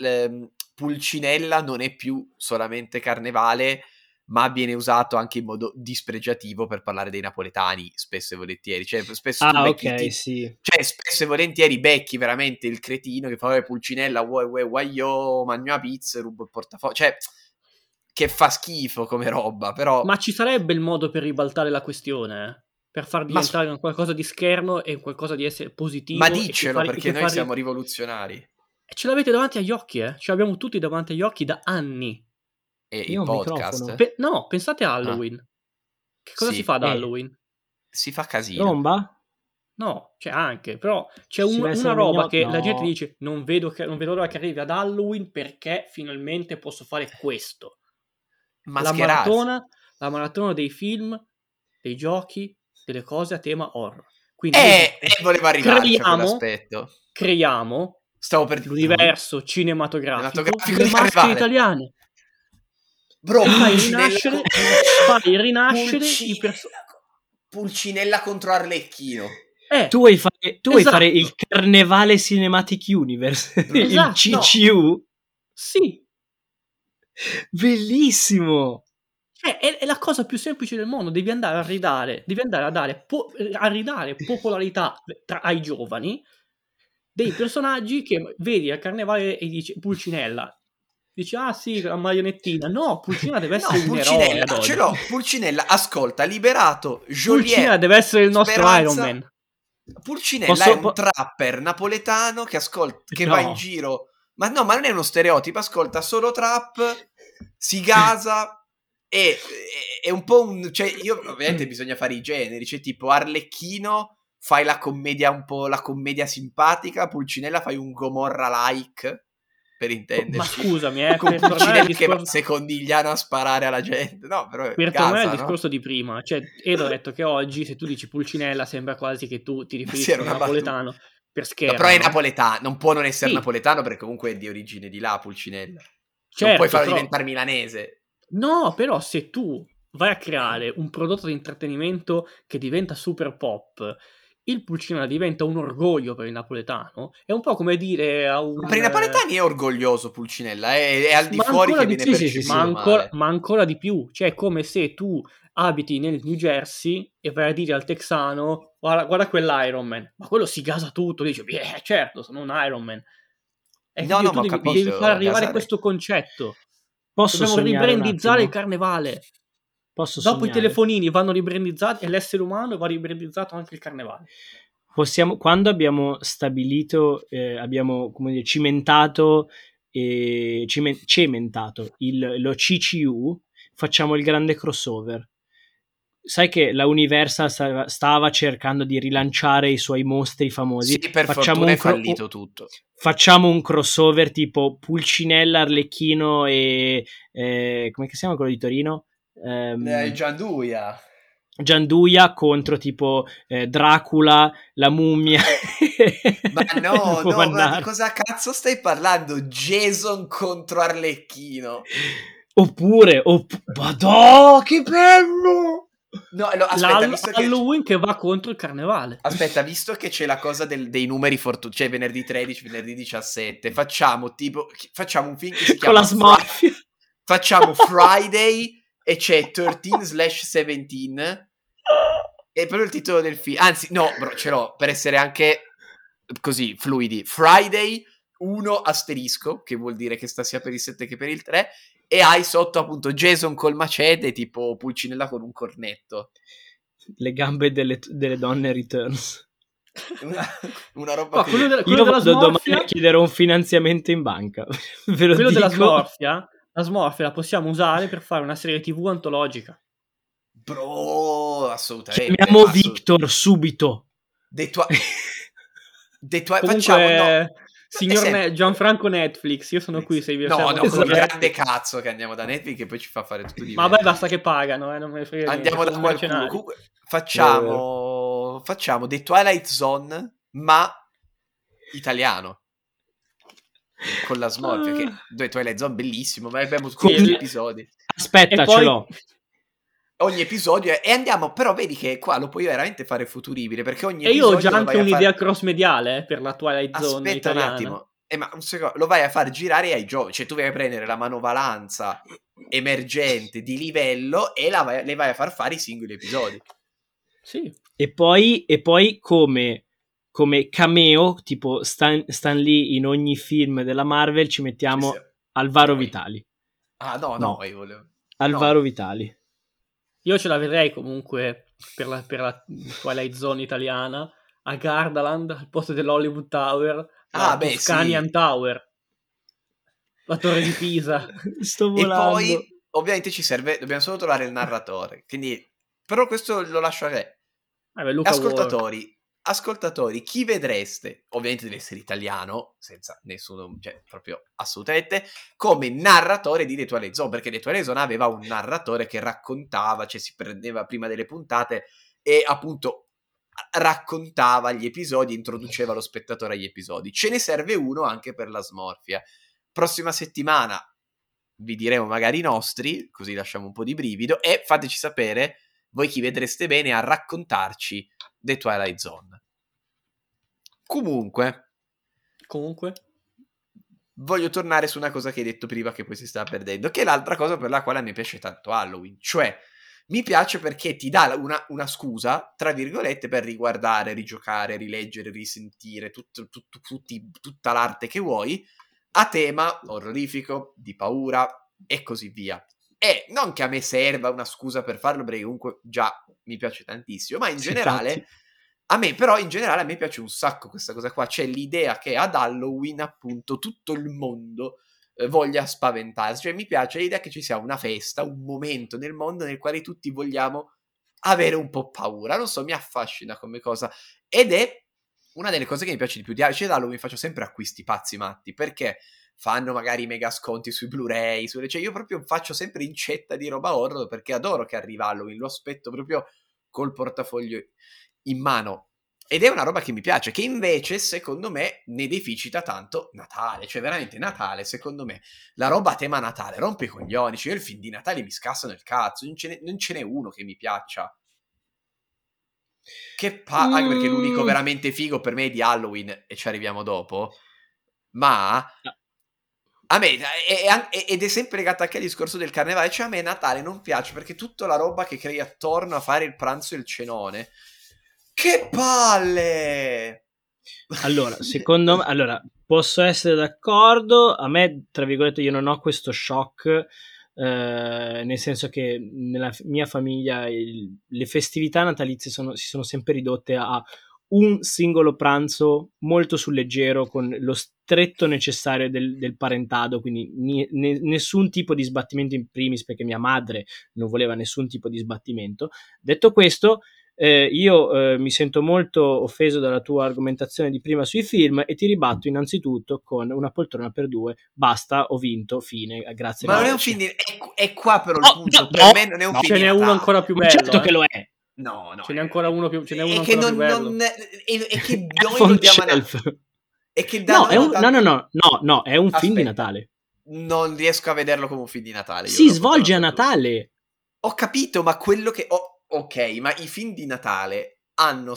Pulcinella non è più solamente carnevale, ma viene usato anche in modo dispregiativo per parlare dei napoletani, spesso e volentieri. Cioè, spesso tu becchi ok, sì. Cioè, spesso e volentieri becchi veramente il cretino che fa Pulcinella, io mangio la pizza e rubo il portafoglio. Cioè, che fa schifo come roba, però. Ma ci sarebbe il modo per ribaltare la questione, per far diventare un qualcosa di scherno e qualcosa di essere positivo. Ma diccelo, perché noi siamo rivoluzionari. E ce l'avete davanti agli occhi, Ce l'abbiamo tutti davanti agli occhi da anni. E Io il podcast? No, pensate a Halloween. Che cosa si fa ad Halloween? Si fa casino. Tromba? No, c'è anche, però c'è Si una vestono roba che no. la gente dice non vedo l'ora che arrivi ad Halloween perché finalmente posso fare questo. La maratona dei film, dei giochi, delle cose a tema horror. Quindi volevo arrivarci a quell'aspetto. Creiamo l'universo cinematografico delle maschere italiane. Bro, e fai rinascere i personaggi. Pulcinella contro Arlecchino. Tu vuoi fare il Carnevale Cinematic Universe, il CCU? No. Sì. Bellissimo. È la cosa più semplice del mondo. Devi andare a ridare popolarità ai giovani dei personaggi che vedi al carnevale e dici Pulcinella. Dici, ah sì, la marionettina. No, Pulcinella deve essere un eroe. Ce l'ho. Pulcinella, ascolta, liberato. Pulcinella deve essere il nostro Iron Man. Pulcinella è un trapper napoletano che va in giro. Ma no, ma non è uno stereotipo. Ascolta solo trap, si gasa. È un po' cioè, ovviamente bisogna fare i generi. Cioè, tipo Arlecchino, fai la commedia un po' la commedia simpatica. Pulcinella fai un Gomorra-like. Per intenderci. Ma scusami, con Pulcinella che va secondigliano a sparare alla gente. No, però per tornare al discorso di prima, cioè Edo ha detto che oggi se tu dici Pulcinella sembra quasi che tu ti riferisci a un napoletano per scherzo. No, però è napoletano, non può non essere napoletano perché comunque è di origine di là Pulcinella. Certo, non puoi farlo diventare milanese. No, però se tu vai a creare un prodotto di intrattenimento che diventa super pop, il Pulcinella diventa un orgoglio per il napoletano. È un po' come dire a un... Per i napoletani è orgoglioso Pulcinella, è al di fuori che viene percepito male. Ma ancora di più, cioè è come se tu abiti nel New Jersey e vai a dire al texano guarda quell'Iron Man, ma quello si gasa tutto, dice certo, sono un Iron Man. E no, ma devi far arrivare questo concetto. Dobbiamo ribrandizzare il carnevale. Dopo i telefonini vanno ribrandizzati e l'essere umano va ribrandizzato anche il carnevale. Quando abbiamo stabilito, abbiamo cimentato lo CCU, facciamo il grande crossover. Sai che la Universal stava cercando di rilanciare i suoi mostri famosi. Sì, per fortuna è fallito tutto. Facciamo un crossover tipo Pulcinella, Arlecchino e come si chiama quello di Torino? Gianduia contro tipo Dracula, la mummia. Ma no, ma di cosa cazzo stai parlando? Jason contro Arlecchino. Oppure Madò, che bello! No, aspetta, visto che Halloween che va contro il carnevale. Aspetta, visto che c'è la cosa dei numeri fortunati, cioè venerdì 13, venerdì 17, facciamo un film che si chiama con la smorfia. Facciamo Friday e c'è 13/17 è proprio il titolo del film. Anzi, no, bro, ce l'ho per essere anche così fluidi. Friday 1 asterisco, che vuol dire che sta sia per il 7 che per il 3, e hai sotto appunto Jason col macete, tipo Pulcinella con un cornetto. Le gambe delle donne Returns. Una roba No, così. quello Io della vado domani smorfia, a chiedere un finanziamento in banca. Ve lo quello dico. della smorfia, la smorfia la possiamo usare per fare una serie TV antologica. Bro, assolutamente. Chiamiamo Victor subito. Comunque, Facciamo, no. signor Gianfranco Netflix, io sono qui se vi No, servono con il progetti. grande cazzo che andiamo da Netflix e poi ci fa fare tutto di Ma me. vabbè, basta che pagano, non me ne frega Andiamo niente, da sono qualcuno. mercenari. Comunque, facciamo The Twilight Zone, ma italiano. Con la smorfia, che The Twilight Zone bellissimo, ma abbiamo tutti Sì, gli episodi. Aspetta, E poi- ce l'ho. Ogni episodio e andiamo, però vedi che qua lo puoi veramente fare futuribile, perché ogni E io ho episodio già lo vai anche a un'idea far... cross-mediale per la Twilight Zone Aspetta un italiana. attimo, ma un secondo, lo vai a far girare ai giovani, cioè tu vai a prendere la manovalanza emergente di livello e le vai a far fare i singoli episodi. Sì. E poi come cameo, tipo Stan Lee in ogni film della Marvel, ci mettiamo Sì. Alvaro Noi. Vitali. Ah no, io volevo... Alvaro no. Vitali. Io ce la vedrei comunque per la Twilight Zone italiana a Gardaland al posto dell'Hollywood Tower, la beh, Toscanian sì. Tower, la torre di Pisa. Sto E volando. poi ovviamente ci serve, dobbiamo solo trovare il narratore, quindi però questo lo lascio a te. Luca Ascoltatori, chi vedreste? Ovviamente deve essere italiano, senza nessuno, cioè proprio assolutamente, come narratore di The Twilight Zone, perché The Twilight Zone aveva un narratore che raccontava, cioè si prendeva prima delle puntate e appunto raccontava gli episodi, introduceva lo spettatore agli episodi. Ce ne serve uno anche per la smorfia. Prossima settimana vi diremo magari i nostri, così lasciamo un po' di brivido, e fateci sapere voi chi vedreste bene a raccontarci The Twilight Zone. Comunque, voglio tornare su una cosa che hai detto prima che poi si stava perdendo, che è l'altra cosa per la quale mi piace tanto Halloween, cioè mi piace perché ti dà una scusa, tra virgolette, per riguardare, rigiocare, rileggere, risentire tutta l'arte che vuoi a tema orrorifico, di paura e così via. E non che a me serva una scusa per farlo, perché comunque già mi piace tantissimo, ma in generale... Infatti. A me piace un sacco questa cosa qua, c'è l'idea che ad Halloween appunto tutto il mondo voglia spaventarsi, cioè mi piace l'idea che ci sia una festa, un momento nel mondo nel quale tutti vogliamo avere un po' paura, non so, mi affascina come cosa, ed è una delle cose che mi piace di più di Halloween. Faccio sempre acquisti pazzi matti, perché fanno magari i mega sconti sui Blu-ray, cioè io proprio faccio sempre incetta di roba horror, perché adoro che arriva Halloween, lo aspetto proprio col portafoglio in mano, ed è una roba che mi piace, che invece secondo me ne deficita tanto Natale, cioè veramente Natale secondo me la roba a tema Natale rompe i coglioni, cioè io il film di Natale mi scassano il cazzo, non ce n'è uno che mi piaccia, anche perché l'unico veramente figo per me è di Halloween e ci arriviamo dopo, ma a me ed è sempre legato anche al discorso del carnevale, cioè a me Natale non piace perché tutta la roba che crei attorno a fare il pranzo e il cenone, che palle! Allora, secondo me, posso essere d'accordo. A me, tra virgolette, io non ho questo shock, nel senso che nella mia famiglia le festività natalizie si sono sempre ridotte a un singolo pranzo molto sul leggero, con lo stretto necessario del parentado, quindi nessun tipo di sbattimento in primis, perché mia madre non voleva nessun tipo di sbattimento. Detto questo, io mi sento molto offeso dalla tua argomentazione di prima sui film e ti ribatto innanzitutto con Una poltrona per due. Basta, ho vinto, fine, grazie. Ma non è un film è qua però il punto, per me non è un film. Ce n'è uno ancora più bello. Certo che lo è. No, ce n'è ancora uno più, ce n'è uno è che ancora più bello. È che noi dobbiamo è che no, è un film di Natale. Non riesco a vederlo come un film di Natale. Si svolge a Natale. Ho capito, ma quello che ok, ma i film di Natale hanno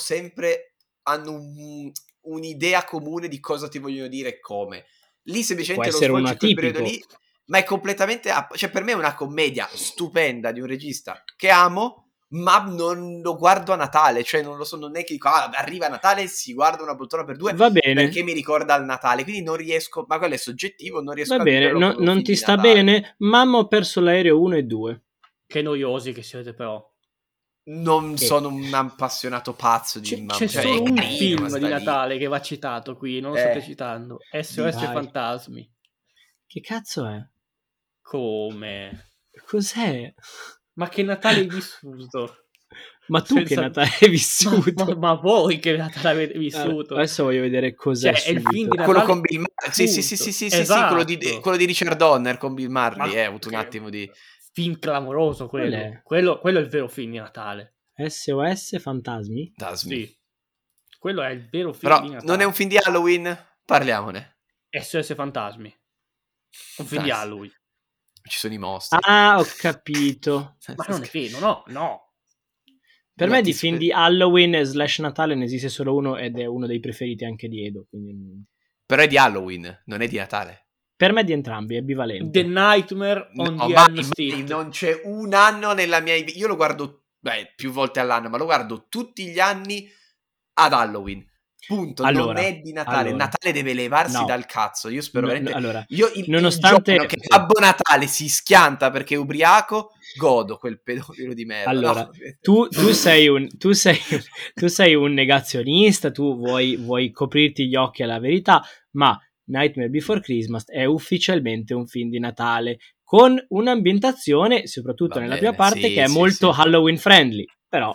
un'idea comune di cosa ti vogliono dire e come. Lì semplicemente lo svolgi in quel periodo lì, ma è completamente cioè per me è una commedia stupenda di un regista che amo, ma non lo guardo a Natale, cioè non lo so, non è che dico, arriva Natale, si guarda Una poltrona per due, Va bene. perché mi ricorda il Natale, quindi non riesco, ma quello è soggettivo, non riesco Va a bene, viverlo come un non film ti di sta Natale. bene? Mamma, ho perso l'aereo 1 e 2. Che noiosi che siete però. Non Che? sono un appassionato pazzo di C'è cioè, solo è un carino, ma film di sta lì. Natale che va citato qui, non lo state citando. SOS Dai. Fantasmi. Che cazzo è? Come? Cos'è? Ma che Natale hai vissuto? Ma tu che Senza- Natale hai vissuto? Ma voi che Natale avete vissuto? Adesso voglio vedere cos'è Cioè, è il subito. film di Quello Natale. con Bill Murray. Sì, Esatto. quello di Richard Donner con Bill Murray. Ma Ho avuto un che attimo di... film clamoroso Qual quello. è? Quello è il vero film di Natale. SOS Fantasmi? Dasmi. Sì. Quello è il vero film Però di Natale. non è un film di Halloween? Parliamone. SOS Fantasmi. Un film di Nice. Halloween. Ci sono i mostri. Ah, ho capito. Ma non è vero, no. Per No, me ti di film spe- di Halloween / Natale ne esiste solo uno ed è uno dei preferiti anche di Edo. Quindi... Però è di Halloween, non è di Natale. Per me di entrambi, è bivalente. The Nightmare on No, the mai, Elm Street. non c'è un anno nella mia... Io lo guardo più volte all'anno, ma lo guardo tutti gli anni ad Halloween. Punto, Allora, non è di Natale. Natale deve levarsi no. dal cazzo. Io spero veramente. Allora, Io il nonostante giorno che Babbo Natale si schianta perché è ubriaco, godo quel pedofilo di merda. Allora, no? tu sei un negazionista, tu vuoi coprirti gli occhi alla verità, ma Nightmare Before Christmas è ufficialmente un film di Natale con un'ambientazione, soprattutto Va nella bene, prima parte, sì, che è sì, molto sì. Halloween friendly, però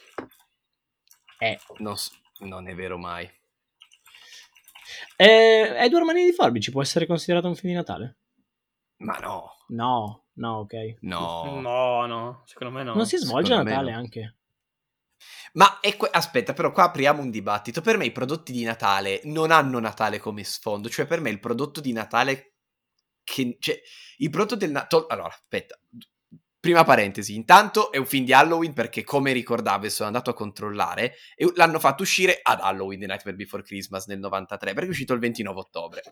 Non è vero mai. Edward Manini di Forbici può essere considerato un film di Natale? Ma no. No, ok. No. No, secondo me no. Non si svolge a Secondo me Natale no. anche. Ma aspetta, però qua apriamo un dibattito. Per me i prodotti di Natale non hanno Natale come sfondo. Cioè, per me il prodotto di Natale cioè, il prodotto del Natale... Allora, aspetta. Prima parentesi. Intanto è un film di Halloween perché, come ricordavo e sono andato a controllare, l'hanno fatto uscire ad Halloween, The Nightmare Before Christmas, nel 93, perché è uscito il 29 ottobre.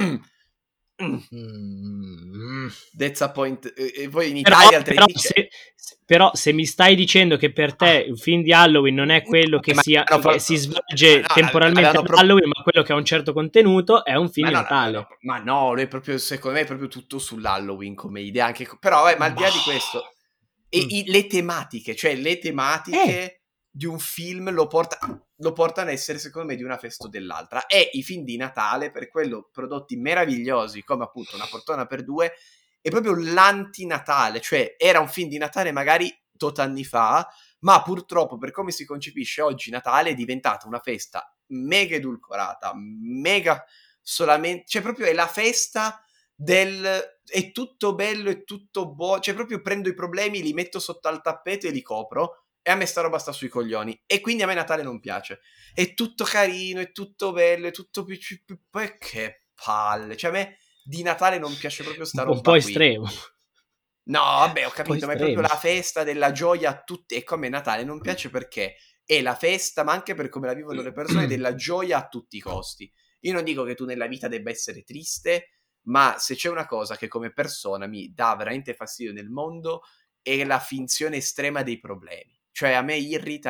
That's a point. E poi in Italia il 13. Però se mi stai dicendo che per te il film di Halloween non è quello che si svolge temporalmente ad Halloween, ma quello che ha un certo contenuto, è un film di Natale. Ma no, lui è proprio, secondo me è proprio tutto sull'Halloween come idea. Anche, però, ma al di là di questo, le tematiche, cioè le tematiche di un film lo portano a essere, secondo me, di una festa o dell'altra. E i film di Natale, per quello prodotti meravigliosi, come appunto Una poltrona per due, è proprio l'anti-Natale, cioè era un film di Natale magari 8 anni fa, ma purtroppo per come si concepisce oggi Natale è diventata una festa mega edulcorata, mega solamente, cioè proprio è la festa è tutto bello, è tutto buono, cioè proprio prendo i problemi, li metto sotto al tappeto e li copro, e a me sta roba sta sui coglioni, e quindi a me Natale non piace. È tutto carino, è tutto bello, è tutto poi che palle, cioè a me di Natale non piace proprio sta roba un po' qui. estremo. No, vabbè, ho capito, ma è proprio la festa della gioia a tutti, e come Natale non piace perché è la festa, ma anche per come la vivono le persone, della gioia a tutti i costi. Io non dico che tu nella vita debba essere triste, ma se c'è una cosa che come persona mi dà veramente fastidio nel mondo è la finzione estrema dei problemi. Cioè a me irrita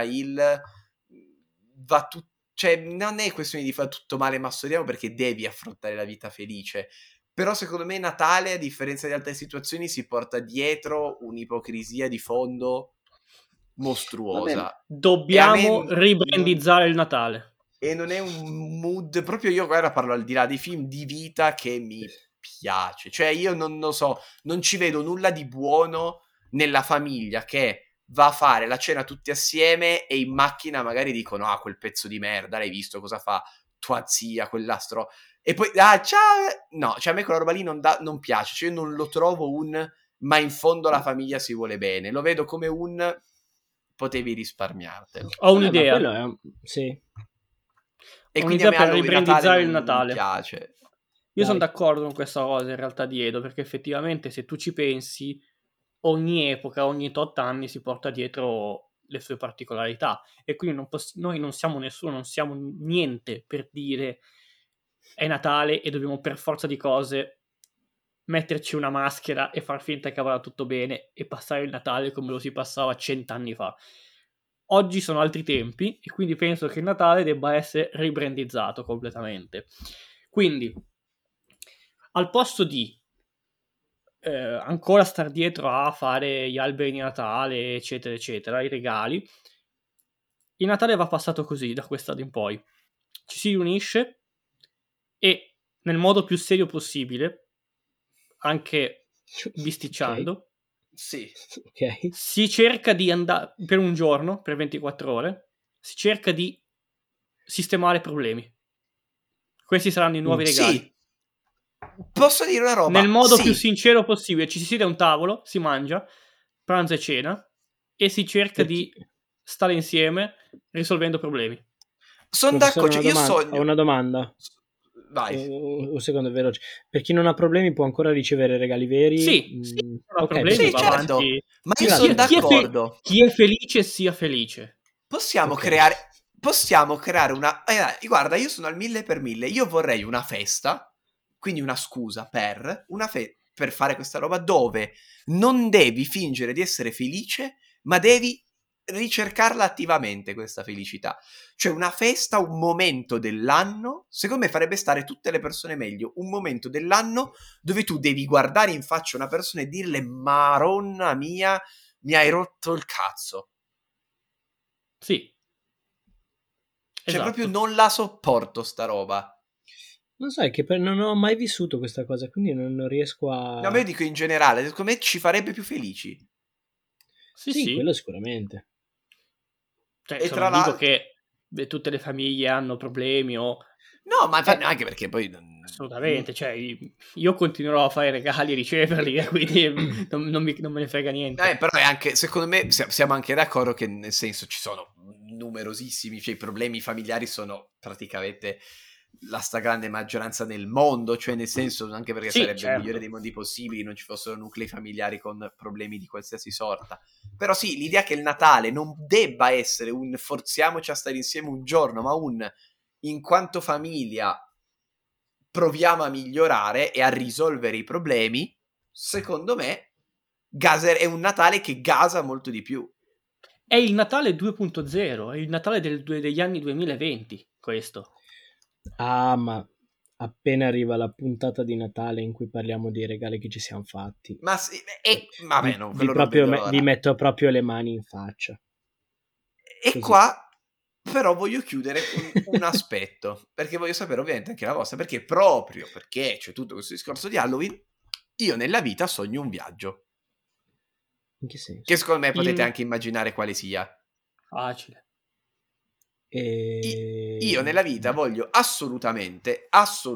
cioè non è questione di fare tutto male, ma studiamo perché devi affrontare la vita felice. Però secondo me Natale, a differenza di altre situazioni, si porta dietro un'ipocrisia di fondo mostruosa. Vabbè, dobbiamo ribrandizzare il Natale. E non è un mood, proprio io guarda parlo al di là dei film di vita che mi piace. Cioè io non lo so, non ci vedo nulla di buono nella famiglia che va a fare la cena tutti assieme e in macchina magari dicono quel pezzo di merda, l'hai visto cosa fa tua zia, quell'astro, e poi ciao, no, cioè a me quella roba lì non piace, cioè io non lo trovo ma in fondo la famiglia si vuole bene, lo vedo come potevi risparmiartelo. Ho un'idea. Sì. E ho quindi un'idea a me per Halloween ribrandizzare il non Natale. mi piace. Io sono d'accordo con questa cosa in realtà di Edo, perché effettivamente se tu ci pensi, ogni epoca, ogni tot anni si porta dietro le sue particolarità, e quindi noi non siamo nessuno, non siamo niente per dire è Natale e dobbiamo per forza di cose metterci una maschera e far finta che vada tutto bene e passare il Natale come lo si passava 100 anni fa. Oggi sono altri tempi e quindi penso che il Natale debba essere ribrandizzato completamente. Quindi, al posto di ancora star dietro a fare gli alberi di Natale, eccetera, eccetera, i regali, il Natale va passato così, da quest'anno in poi. Ci si riunisce e, nel modo più serio possibile, anche bisticciando, Sì. Ok. si cerca di andare, per un giorno, per 24 ore, si cerca di sistemare problemi. Questi saranno i nuovi regali. Sì. Posso dire una roba? Nel modo Sì. più sincero possibile. Ci si siede a un tavolo, si mangia, pranzo e cena, e si cerca di stare insieme risolvendo problemi. Sono Professore, d'accordo, io sogno... ho una domanda. Vai. Un secondo, veloce. Per chi non ha problemi può ancora ricevere regali veri? Sì, non ha Ok, problemi, Sì, va certo, avanti. ma io Grazie, sono grazie. d'accordo. Chi è felice sia felice. Possiamo Ok. creare una... guarda, io sono al 1000 per 1000. Io vorrei una festa, quindi una scusa per fare questa roba dove non devi fingere di essere felice, ma devi ricercarla attivamente questa felicità. Cioè una festa, un momento dell'anno, secondo me farebbe stare tutte le persone meglio, un momento dell'anno dove tu devi guardare in faccia una persona e dirle Maronna mia, mi hai rotto il cazzo. Sì. Cioè, Esatto. proprio non la sopporto sta roba. Non so, è che non ho mai vissuto questa cosa, quindi non riesco a... No, ma io dico in generale, secondo me ci farebbe più felici. Sì, quello sicuramente. Cioè, E non tra dico l'altro... che tutte le famiglie hanno problemi o... No, ma infatti anche perché poi... Assolutamente, cioè io continuerò a fare regali e riceverli, quindi non me ne frega niente. Però è anche, secondo me, siamo anche d'accordo che nel senso ci sono numerosissimi, cioè i problemi familiari sono praticamente la stragrande maggioranza nel mondo, cioè nel senso anche perché Sì, sarebbe il certo. migliore dei mondi possibili, non ci fossero nuclei familiari con problemi di qualsiasi sorta. Però sì, l'idea che il Natale non debba essere un forziamoci a stare insieme un giorno, ma un in quanto famiglia proviamo a migliorare e a risolvere i problemi, secondo me è un Natale che gasa molto di più. È il Natale 2.0, è il Natale degli anni 2020, questo. Ah, ma appena arriva la puntata di Natale in cui parliamo dei regali che ci siamo fatti, Ma sì, vabbè, no, quello non proprio vedo l'ora. vi metto proprio le mani in faccia. E Così. qua però voglio chiudere con un aspetto, perché voglio sapere ovviamente anche la vostra, perché proprio perché c'è tutto questo discorso di Halloween, io nella vita sogno un viaggio, In che senso? che secondo me potete anche immaginare quale sia. Facile. Io nella vita voglio assolutamente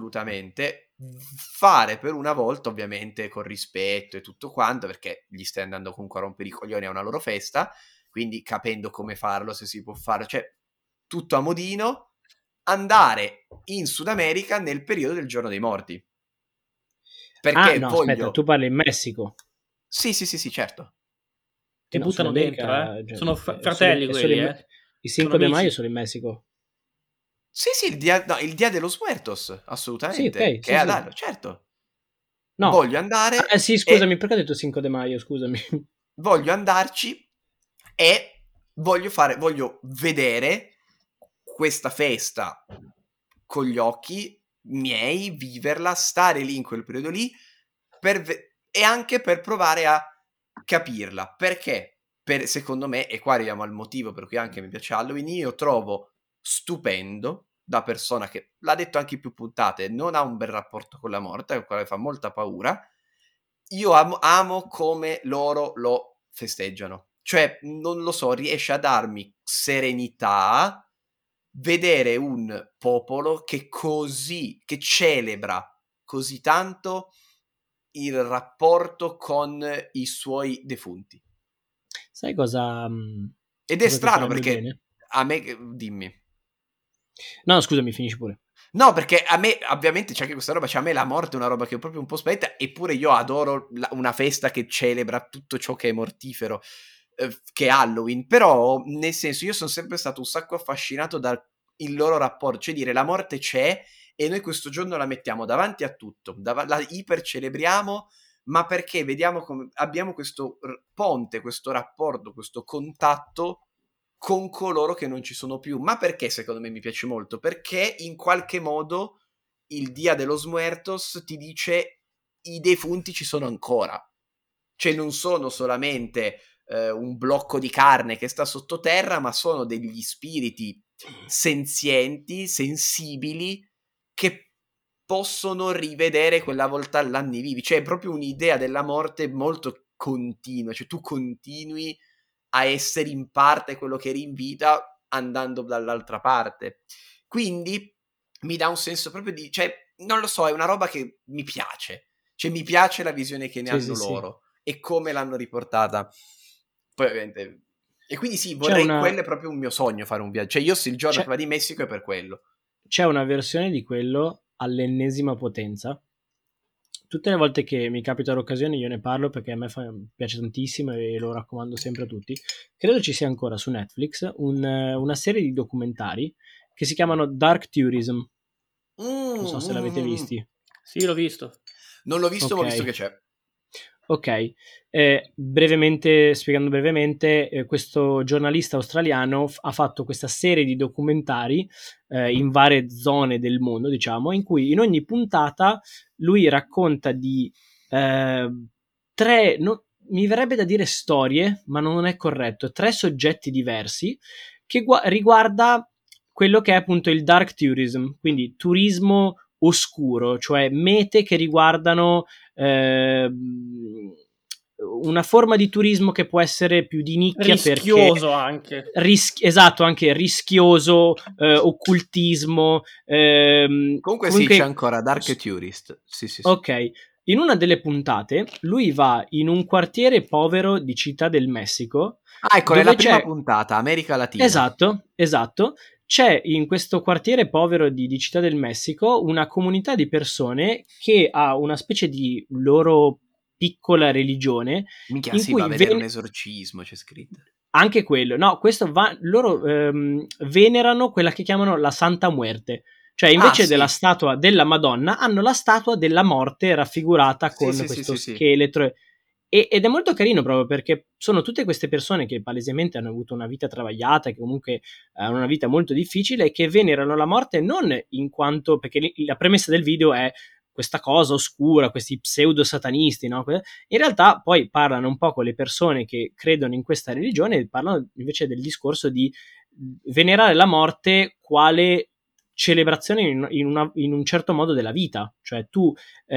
fare per una volta, ovviamente con rispetto e tutto quanto, perché gli stai andando comunque a rompere i coglioni a una loro festa, quindi capendo come farlo, se si può fare, cioè tutto a modino, andare in Sud America nel periodo del Giorno dei Morti. Perché no, voglio... aspetta, tu parli in Messico. Sì, certo. Ti No, Sud buttano dentro, America, Sono è solo fratelli è solo quelli, il Sono 5 di maio è amici. solo in Messico. Sì, il dia de los Muertos, assolutamente, Sì, ok, che sì, è ad sì. Allo, certo. No. Voglio andare Sì, scusami, perché ho detto 5 di maio, scusami. Voglio andarci e voglio vedere questa festa con gli occhi miei, viverla, stare lì in quel periodo lì e anche per provare a capirla. Perché? Secondo me, e qua arriviamo al motivo per cui anche mi piace Halloween, io trovo stupendo, da persona che, l'ha detto anche in più puntate, non ha un bel rapporto con la morte, al quale fa molta paura, io amo come loro lo festeggiano. Cioè, non lo so, riesce a darmi serenità vedere un popolo che celebra così tanto il rapporto con i suoi defunti. Sai cosa... Ed è cosa ti strano farebbe perché bene? a me... Dimmi. No, scusami, finisci pure. No, perché a me, ovviamente, c'è anche questa roba, cioè a me la morte è una roba che è proprio un po' spaventa, eppure io adoro una festa che celebra tutto ciò che è mortifero, che è Halloween, però, nel senso, io sono sempre stato un sacco affascinato dal loro rapporto, cioè dire la morte c'è e noi questo giorno la mettiamo davanti a tutto, la ipercelebriamo, ma perché vediamo come abbiamo questo ponte, questo rapporto, questo contatto con coloro che non ci sono più. Ma perché secondo me mi piace molto? Perché in qualche modo il Dia de los Muertos ti dice i defunti ci sono ancora. Cioè non sono solamente un blocco di carne che sta sottoterra, ma sono degli spiriti senzienti, sensibili, che possono rivedere quella volta all'anno i vivi. Cioè è proprio un'idea della morte molto continua, cioè tu continui a essere in parte quello che eri in vita andando dall'altra parte. Quindi mi dà un senso proprio di, cioè, non lo so, è una roba che mi piace. Cioè mi piace la visione che ne hanno loro e come l'hanno riportata. Poi ovviamente... E quindi sì, vorrei, quello è proprio un mio sogno, fare un viaggio. Cioè io il giorno che vado in Messico è per quello. C'è una versione di quello all'ennesima potenza. Tutte le volte che mi capita l'occasione io ne parlo perché a me piace tantissimo e lo raccomando sempre a tutti. Credo ci sia ancora su Netflix una serie di documentari che si chiamano Dark Tourism. Non so se l'avete visti. Sì, l'ho visto. Non l'ho visto, ma ho visto che c'è. Ok, spiegando brevemente, questo giornalista australiano ha fatto questa serie di documentari in varie zone del mondo, diciamo, in cui in ogni puntata lui racconta di mi verrebbe da dire storie, ma non è corretto, 3 soggetti diversi che riguarda quello che è appunto il dark tourism, quindi turismo oscuro, cioè mete che riguardano una forma di turismo che può essere più di nicchia, rischioso anche. Esatto, anche rischioso, occultismo. Comunque sì, c'è ancora Dark Tourist. Sì. Ok, in una delle puntate lui va in un quartiere povero di Città del Messico. Ah, ecco, è la prima puntata, America Latina. Esatto. C'è in questo quartiere povero di Città del Messico una comunità di persone che ha una specie di loro piccola religione. Minchia, in sì, cui va a vedere un esorcismo, c'è scritto. Anche quello, no, loro venerano quella che chiamano la Santa Muerte. Cioè, invece della statua della Madonna, hanno la statua della morte raffigurata con questo scheletro. Ed è molto carino proprio perché sono tutte queste persone che palesemente hanno avuto una vita travagliata, che comunque hanno una vita molto difficile e che venerano la morte non in quanto, perché la premessa del video è questa cosa oscura, questi pseudo satanisti, no? In realtà poi parlano un po' con le persone che credono in questa religione e parlano invece del discorso di venerare la morte quale celebrazione in un certo modo della vita. Cioè tu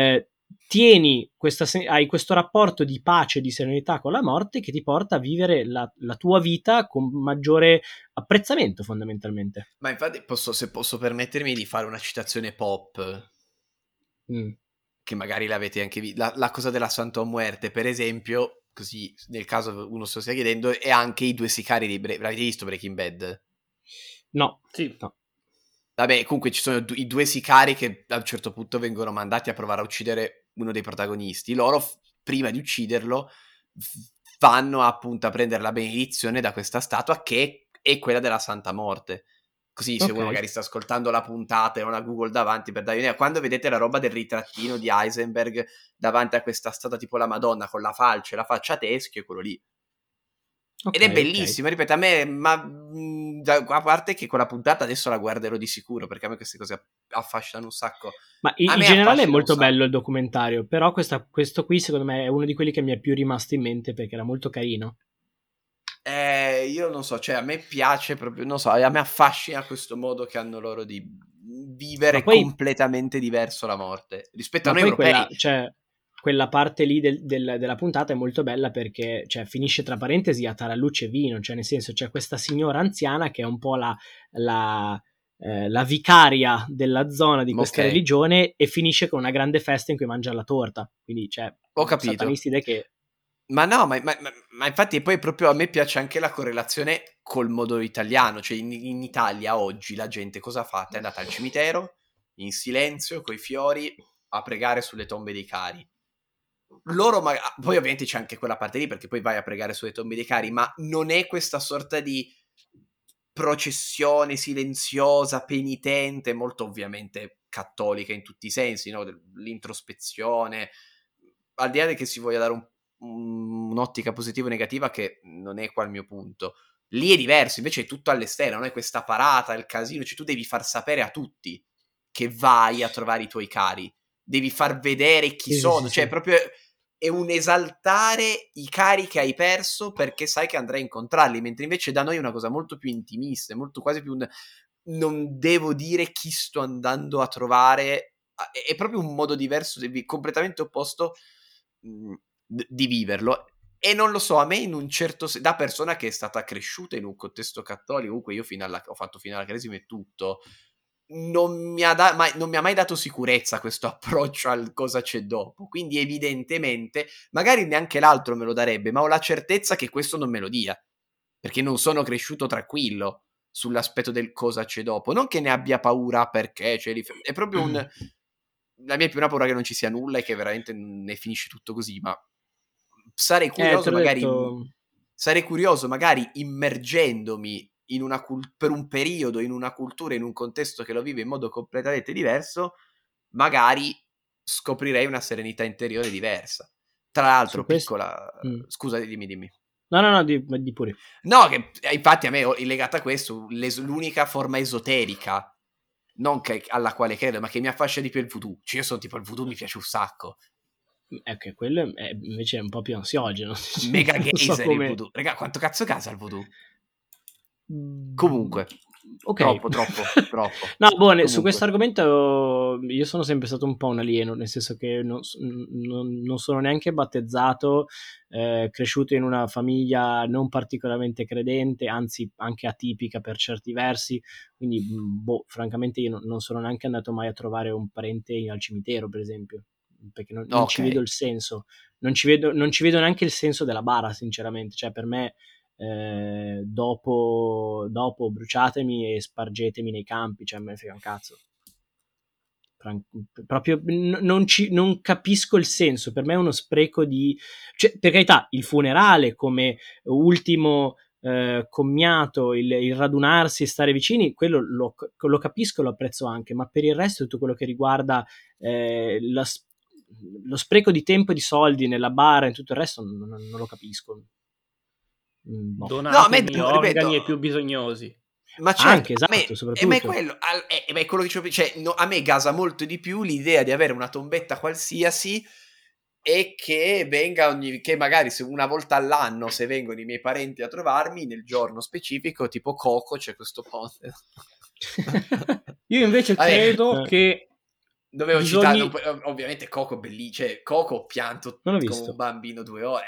hai questo rapporto di pace e di serenità con la morte che ti porta a vivere la tua vita con maggiore apprezzamento, fondamentalmente. Ma infatti se posso permettermi di fare una citazione pop, che magari l'avete anche visto, la cosa della Santa Muerte, per esempio, così nel caso uno se lo stia chiedendo, è anche i 2 sicari di l'avete visto Breaking Bad? No, sì, no. Vabbè, comunque ci sono i 2 sicari che a un certo punto vengono mandati a provare a uccidere uno dei protagonisti. Loro, prima di ucciderlo, vanno appunto a prendere la benedizione da questa statua che è quella della Santa Morte. Così se uno magari sta ascoltando la puntata e non ha Google davanti per dargli un'idea, quando vedete la roba del ritrattino di Heisenberg davanti a questa statua tipo la Madonna con la falce e la faccia teschio, è quello lì. Ed è bellissimo, ripeto, a me, ma a parte che quella puntata adesso la guarderò di sicuro, perché a me queste cose affascinano un sacco. Ma in generale è molto bello il documentario, però questo qui secondo me è uno di quelli che mi è più rimasto in mente perché era molto carino. Io non so, cioè a me piace proprio, non so, a me affascina questo modo che hanno loro di vivere completamente diverso la morte rispetto a noi europei. Quella parte lì della puntata è molto bella perché finisce tra parentesi a taralluce e vino, cioè nel senso c'è questa signora anziana che è un po' la vicaria della zona di questa religione e finisce con una grande festa in cui mangia la torta, quindi ho capito. Satanisti che... Ma no, ma infatti poi proprio a me piace anche la correlazione col modo italiano, cioè in Italia oggi la gente cosa fa? È andata al cimitero in silenzio coi fiori a pregare sulle tombe dei cari. Poi ovviamente c'è anche quella parte lì perché poi vai a pregare sulle tombe dei cari, ma non è questa sorta di processione silenziosa, penitente, molto ovviamente cattolica in tutti i sensi, no? L'introspezione, al di là di che si voglia dare un'ottica positiva o negativa, che non è qua il mio punto. Lì è diverso, invece è tutto all'esterno, non è questa parata, il casino, cioè tu devi far sapere a tutti che vai a trovare i tuoi cari, devi far vedere chi sono, cioè proprio è un esaltare i cari che hai perso perché sai che andrai a incontrarli, mentre invece da noi è una cosa molto più intimista, è molto quasi più non devo dire chi sto andando a trovare, è proprio un modo diverso, completamente opposto di viverlo. E non lo so, a me in un certo senso, da persona che è stata cresciuta in un contesto cattolico, comunque io ho fatto fino alla cresima e tutto, non mi ha mai dato sicurezza questo approccio al cosa c'è dopo, quindi evidentemente magari neanche l'altro me lo darebbe, ma ho la certezza che questo non me lo dia, perché non sono cresciuto tranquillo sull'aspetto del cosa c'è dopo, non che ne abbia paura perché è proprio la mia è più una paura che non ci sia nulla e che veramente ne finisce tutto così, ma sarei curioso magari immergendomi in per un periodo in una cultura, in un contesto che lo vive in modo completamente diverso, magari scoprirei una serenità interiore diversa. Tra l'altro, piccola... Scusa, dimmi. No, di pure. No, che infatti a me è legata a questo, l'unica forma esoterica, non che alla quale credo, ma che mi affascia di più il voodoo. Cioè io sono tipo, il voodoo mi piace un sacco. Che quello invece è un po' più ansiogeno. Mega geyser il voodoo. Raga, quanto cazzo casa il voodoo? Comunque, okay. troppo. No, buone, su questo argomento io sono sempre stato un po' un alieno, nel senso che non sono neanche battezzato, cresciuto in una famiglia non particolarmente credente, anzi anche atipica per certi versi, quindi francamente io non sono neanche andato mai a trovare un parente al cimitero, per esempio, perché non ci vedo il senso, non ci vedo neanche il senso della bara, sinceramente, cioè per me dopo bruciatemi e spargetemi nei campi, cioè me ne frega un cazzo. Proprio non capisco il senso, per me è uno spreco di, cioè, per carità, il funerale come ultimo commiato, il radunarsi e stare vicini, quello lo capisco, lo apprezzo anche, ma per il resto tutto quello che riguarda lo spreco di tempo e di soldi nella bara e tutto il resto non lo capisco. Donatemi organi ai più bisognosi. Ma certo, anche, esatto, soprattutto. Ma è quello che cioè, a me gasa molto di più l'idea di avere una tombetta qualsiasi e che venga che magari se una volta all'anno, se vengono i miei parenti a trovarmi nel giorno specifico, tipo Coco, c'è questo ponte. Io invece credo che dovevo citare, ovviamente Coco bellissimo, cioè Coco ho pianto come un bambino 2 ore.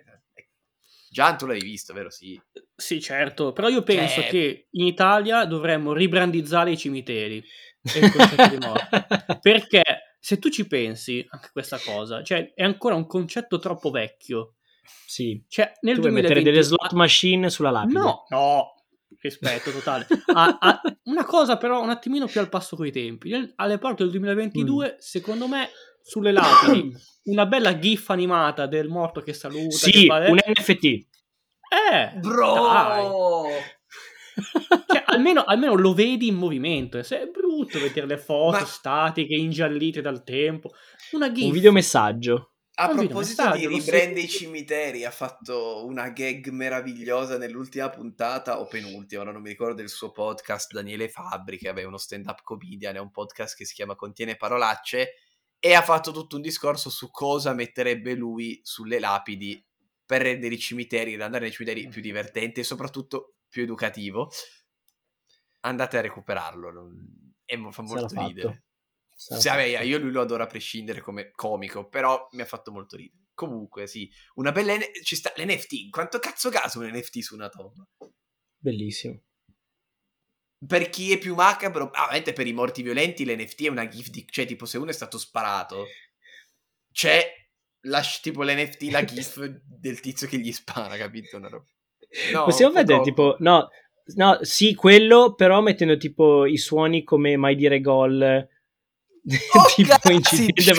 Gian, tu l'hai visto, vero? Sì, certo, però io penso che in Italia dovremmo ribrandizzare i cimiteri e il concetto di morte, perché se tu ci pensi anche questa cosa, cioè è ancora un concetto troppo vecchio. Sì, cioè nel tu vuoi mettere delle slot machine sulla lapide? No, rispetto totale. Una cosa però un attimino più al passo coi tempi. Alle porte del 2022, secondo me, sulle lapidi una bella gif animata del morto che saluta. Sì, un NFT. Bro! Dai. Cioè, almeno lo vedi in movimento. Se è brutto vedere le foto statiche, ingiallite dal tempo. Una gif. Un videomessaggio. A proposito di ribrand dei cimiteri, ha fatto una gag meravigliosa nell'ultima puntata o penultima, ora non mi ricordo, del suo podcast, Daniele Fabbri, che aveva uno stand-up comedian, è un podcast che si chiama Contiene Parolacce, e ha fatto tutto un discorso su cosa metterebbe lui sulle lapidi per rendere i cimiteri, andare nei cimiteri più divertenti e soprattutto più educativo. Andate a recuperarlo, e fa molto ridere. Io lui lo adoro a prescindere come comico, però mi ha fatto molto ridere. Comunque sì, una bella ci sta l'NFT. Quanto cazzo caso un NFT su una tomba? Bellissimo. Per chi è più macabro, ovviamente per i morti violenti l'NFT è una gif cioè tipo se uno è stato sparato c'è tipo l'NFT, la gif del tizio che gli spara, capito? No, possiamo vedere tipo no, sì, quello, però mettendo tipo i suoni come mai dire gol. Tipo incidente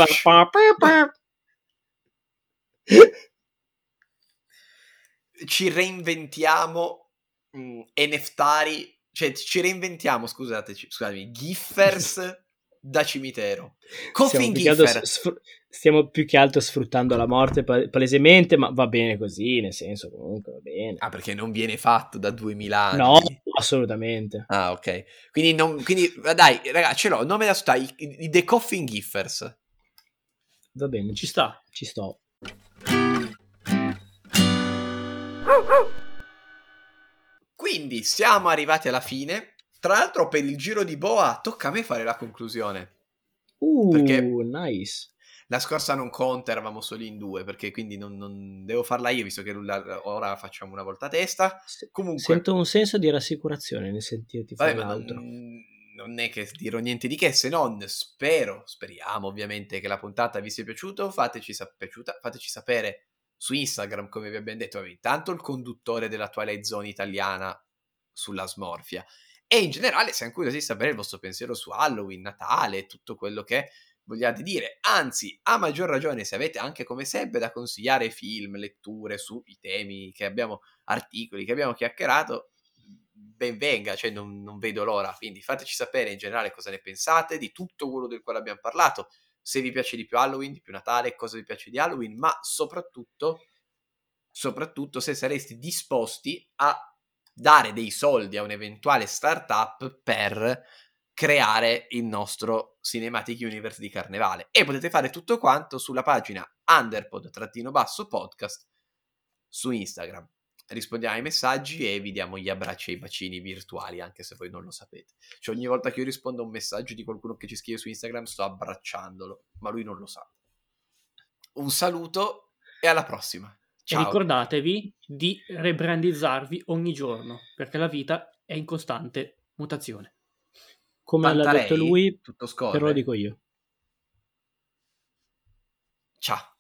ci reinventiamo NFTari, cioè ci reinventiamo, scusatemi, giffers da cimitero. Coffin Giffer. Stiamo più che altro sfruttando la morte palesemente, ma va bene così, nel senso, comunque va bene. Ah, perché non viene fatto da 2000 anni. No, assolutamente. Ah, ok. Quindi dai, ragazzi, ce l'ho, il nome da sta, i The Coffin Giffers. Va bene, ci sto. Quindi siamo arrivati alla fine. Tra l'altro, per il giro di boa tocca a me fare la conclusione. Perché nice. La scorsa non conta, eravamo soli in 2, perché quindi non devo farla io, visto che ora facciamo una volta a testa. Comunque, sento un senso di rassicurazione nel sentirti fare l'altro. Non è che dirò niente di che, se non speriamo ovviamente che la puntata vi sia piaciuta. Fateci sapere su Instagram, come vi abbiamo detto, intanto il conduttore della Twilight Zone italiana sulla smorfia, e in generale siamo curiosi di sapere il vostro pensiero su Halloween, Natale, tutto quello che vogliate dire. Anzi, a maggior ragione, se avete anche come sempre da consigliare film, letture sui temi che abbiamo, articoli che abbiamo chiacchierato, ben venga, cioè non vedo l'ora. Quindi fateci sapere in generale cosa ne pensate di tutto quello del quale abbiamo parlato, se vi piace di più Halloween, di più Natale, cosa vi piace di Halloween, ma soprattutto se sareste disposti a dare dei soldi a un'eventuale startup per creare il nostro Cinematic Universe di Carnevale. E potete fare tutto quanto sulla pagina underpod_podcast su Instagram. Rispondiamo ai messaggi e vi diamo gli abbracci e i bacini virtuali, anche se voi non lo sapete. Cioè, ogni volta che io rispondo a un messaggio di qualcuno che ci scrive su Instagram sto abbracciandolo, ma lui non lo sa. Un saluto e alla prossima. Ciao. E ricordatevi di rebrandizzarvi ogni giorno, perché la vita è in costante mutazione. Come l'ha detto lui, tutto scorre. però lo dico io. Ciao.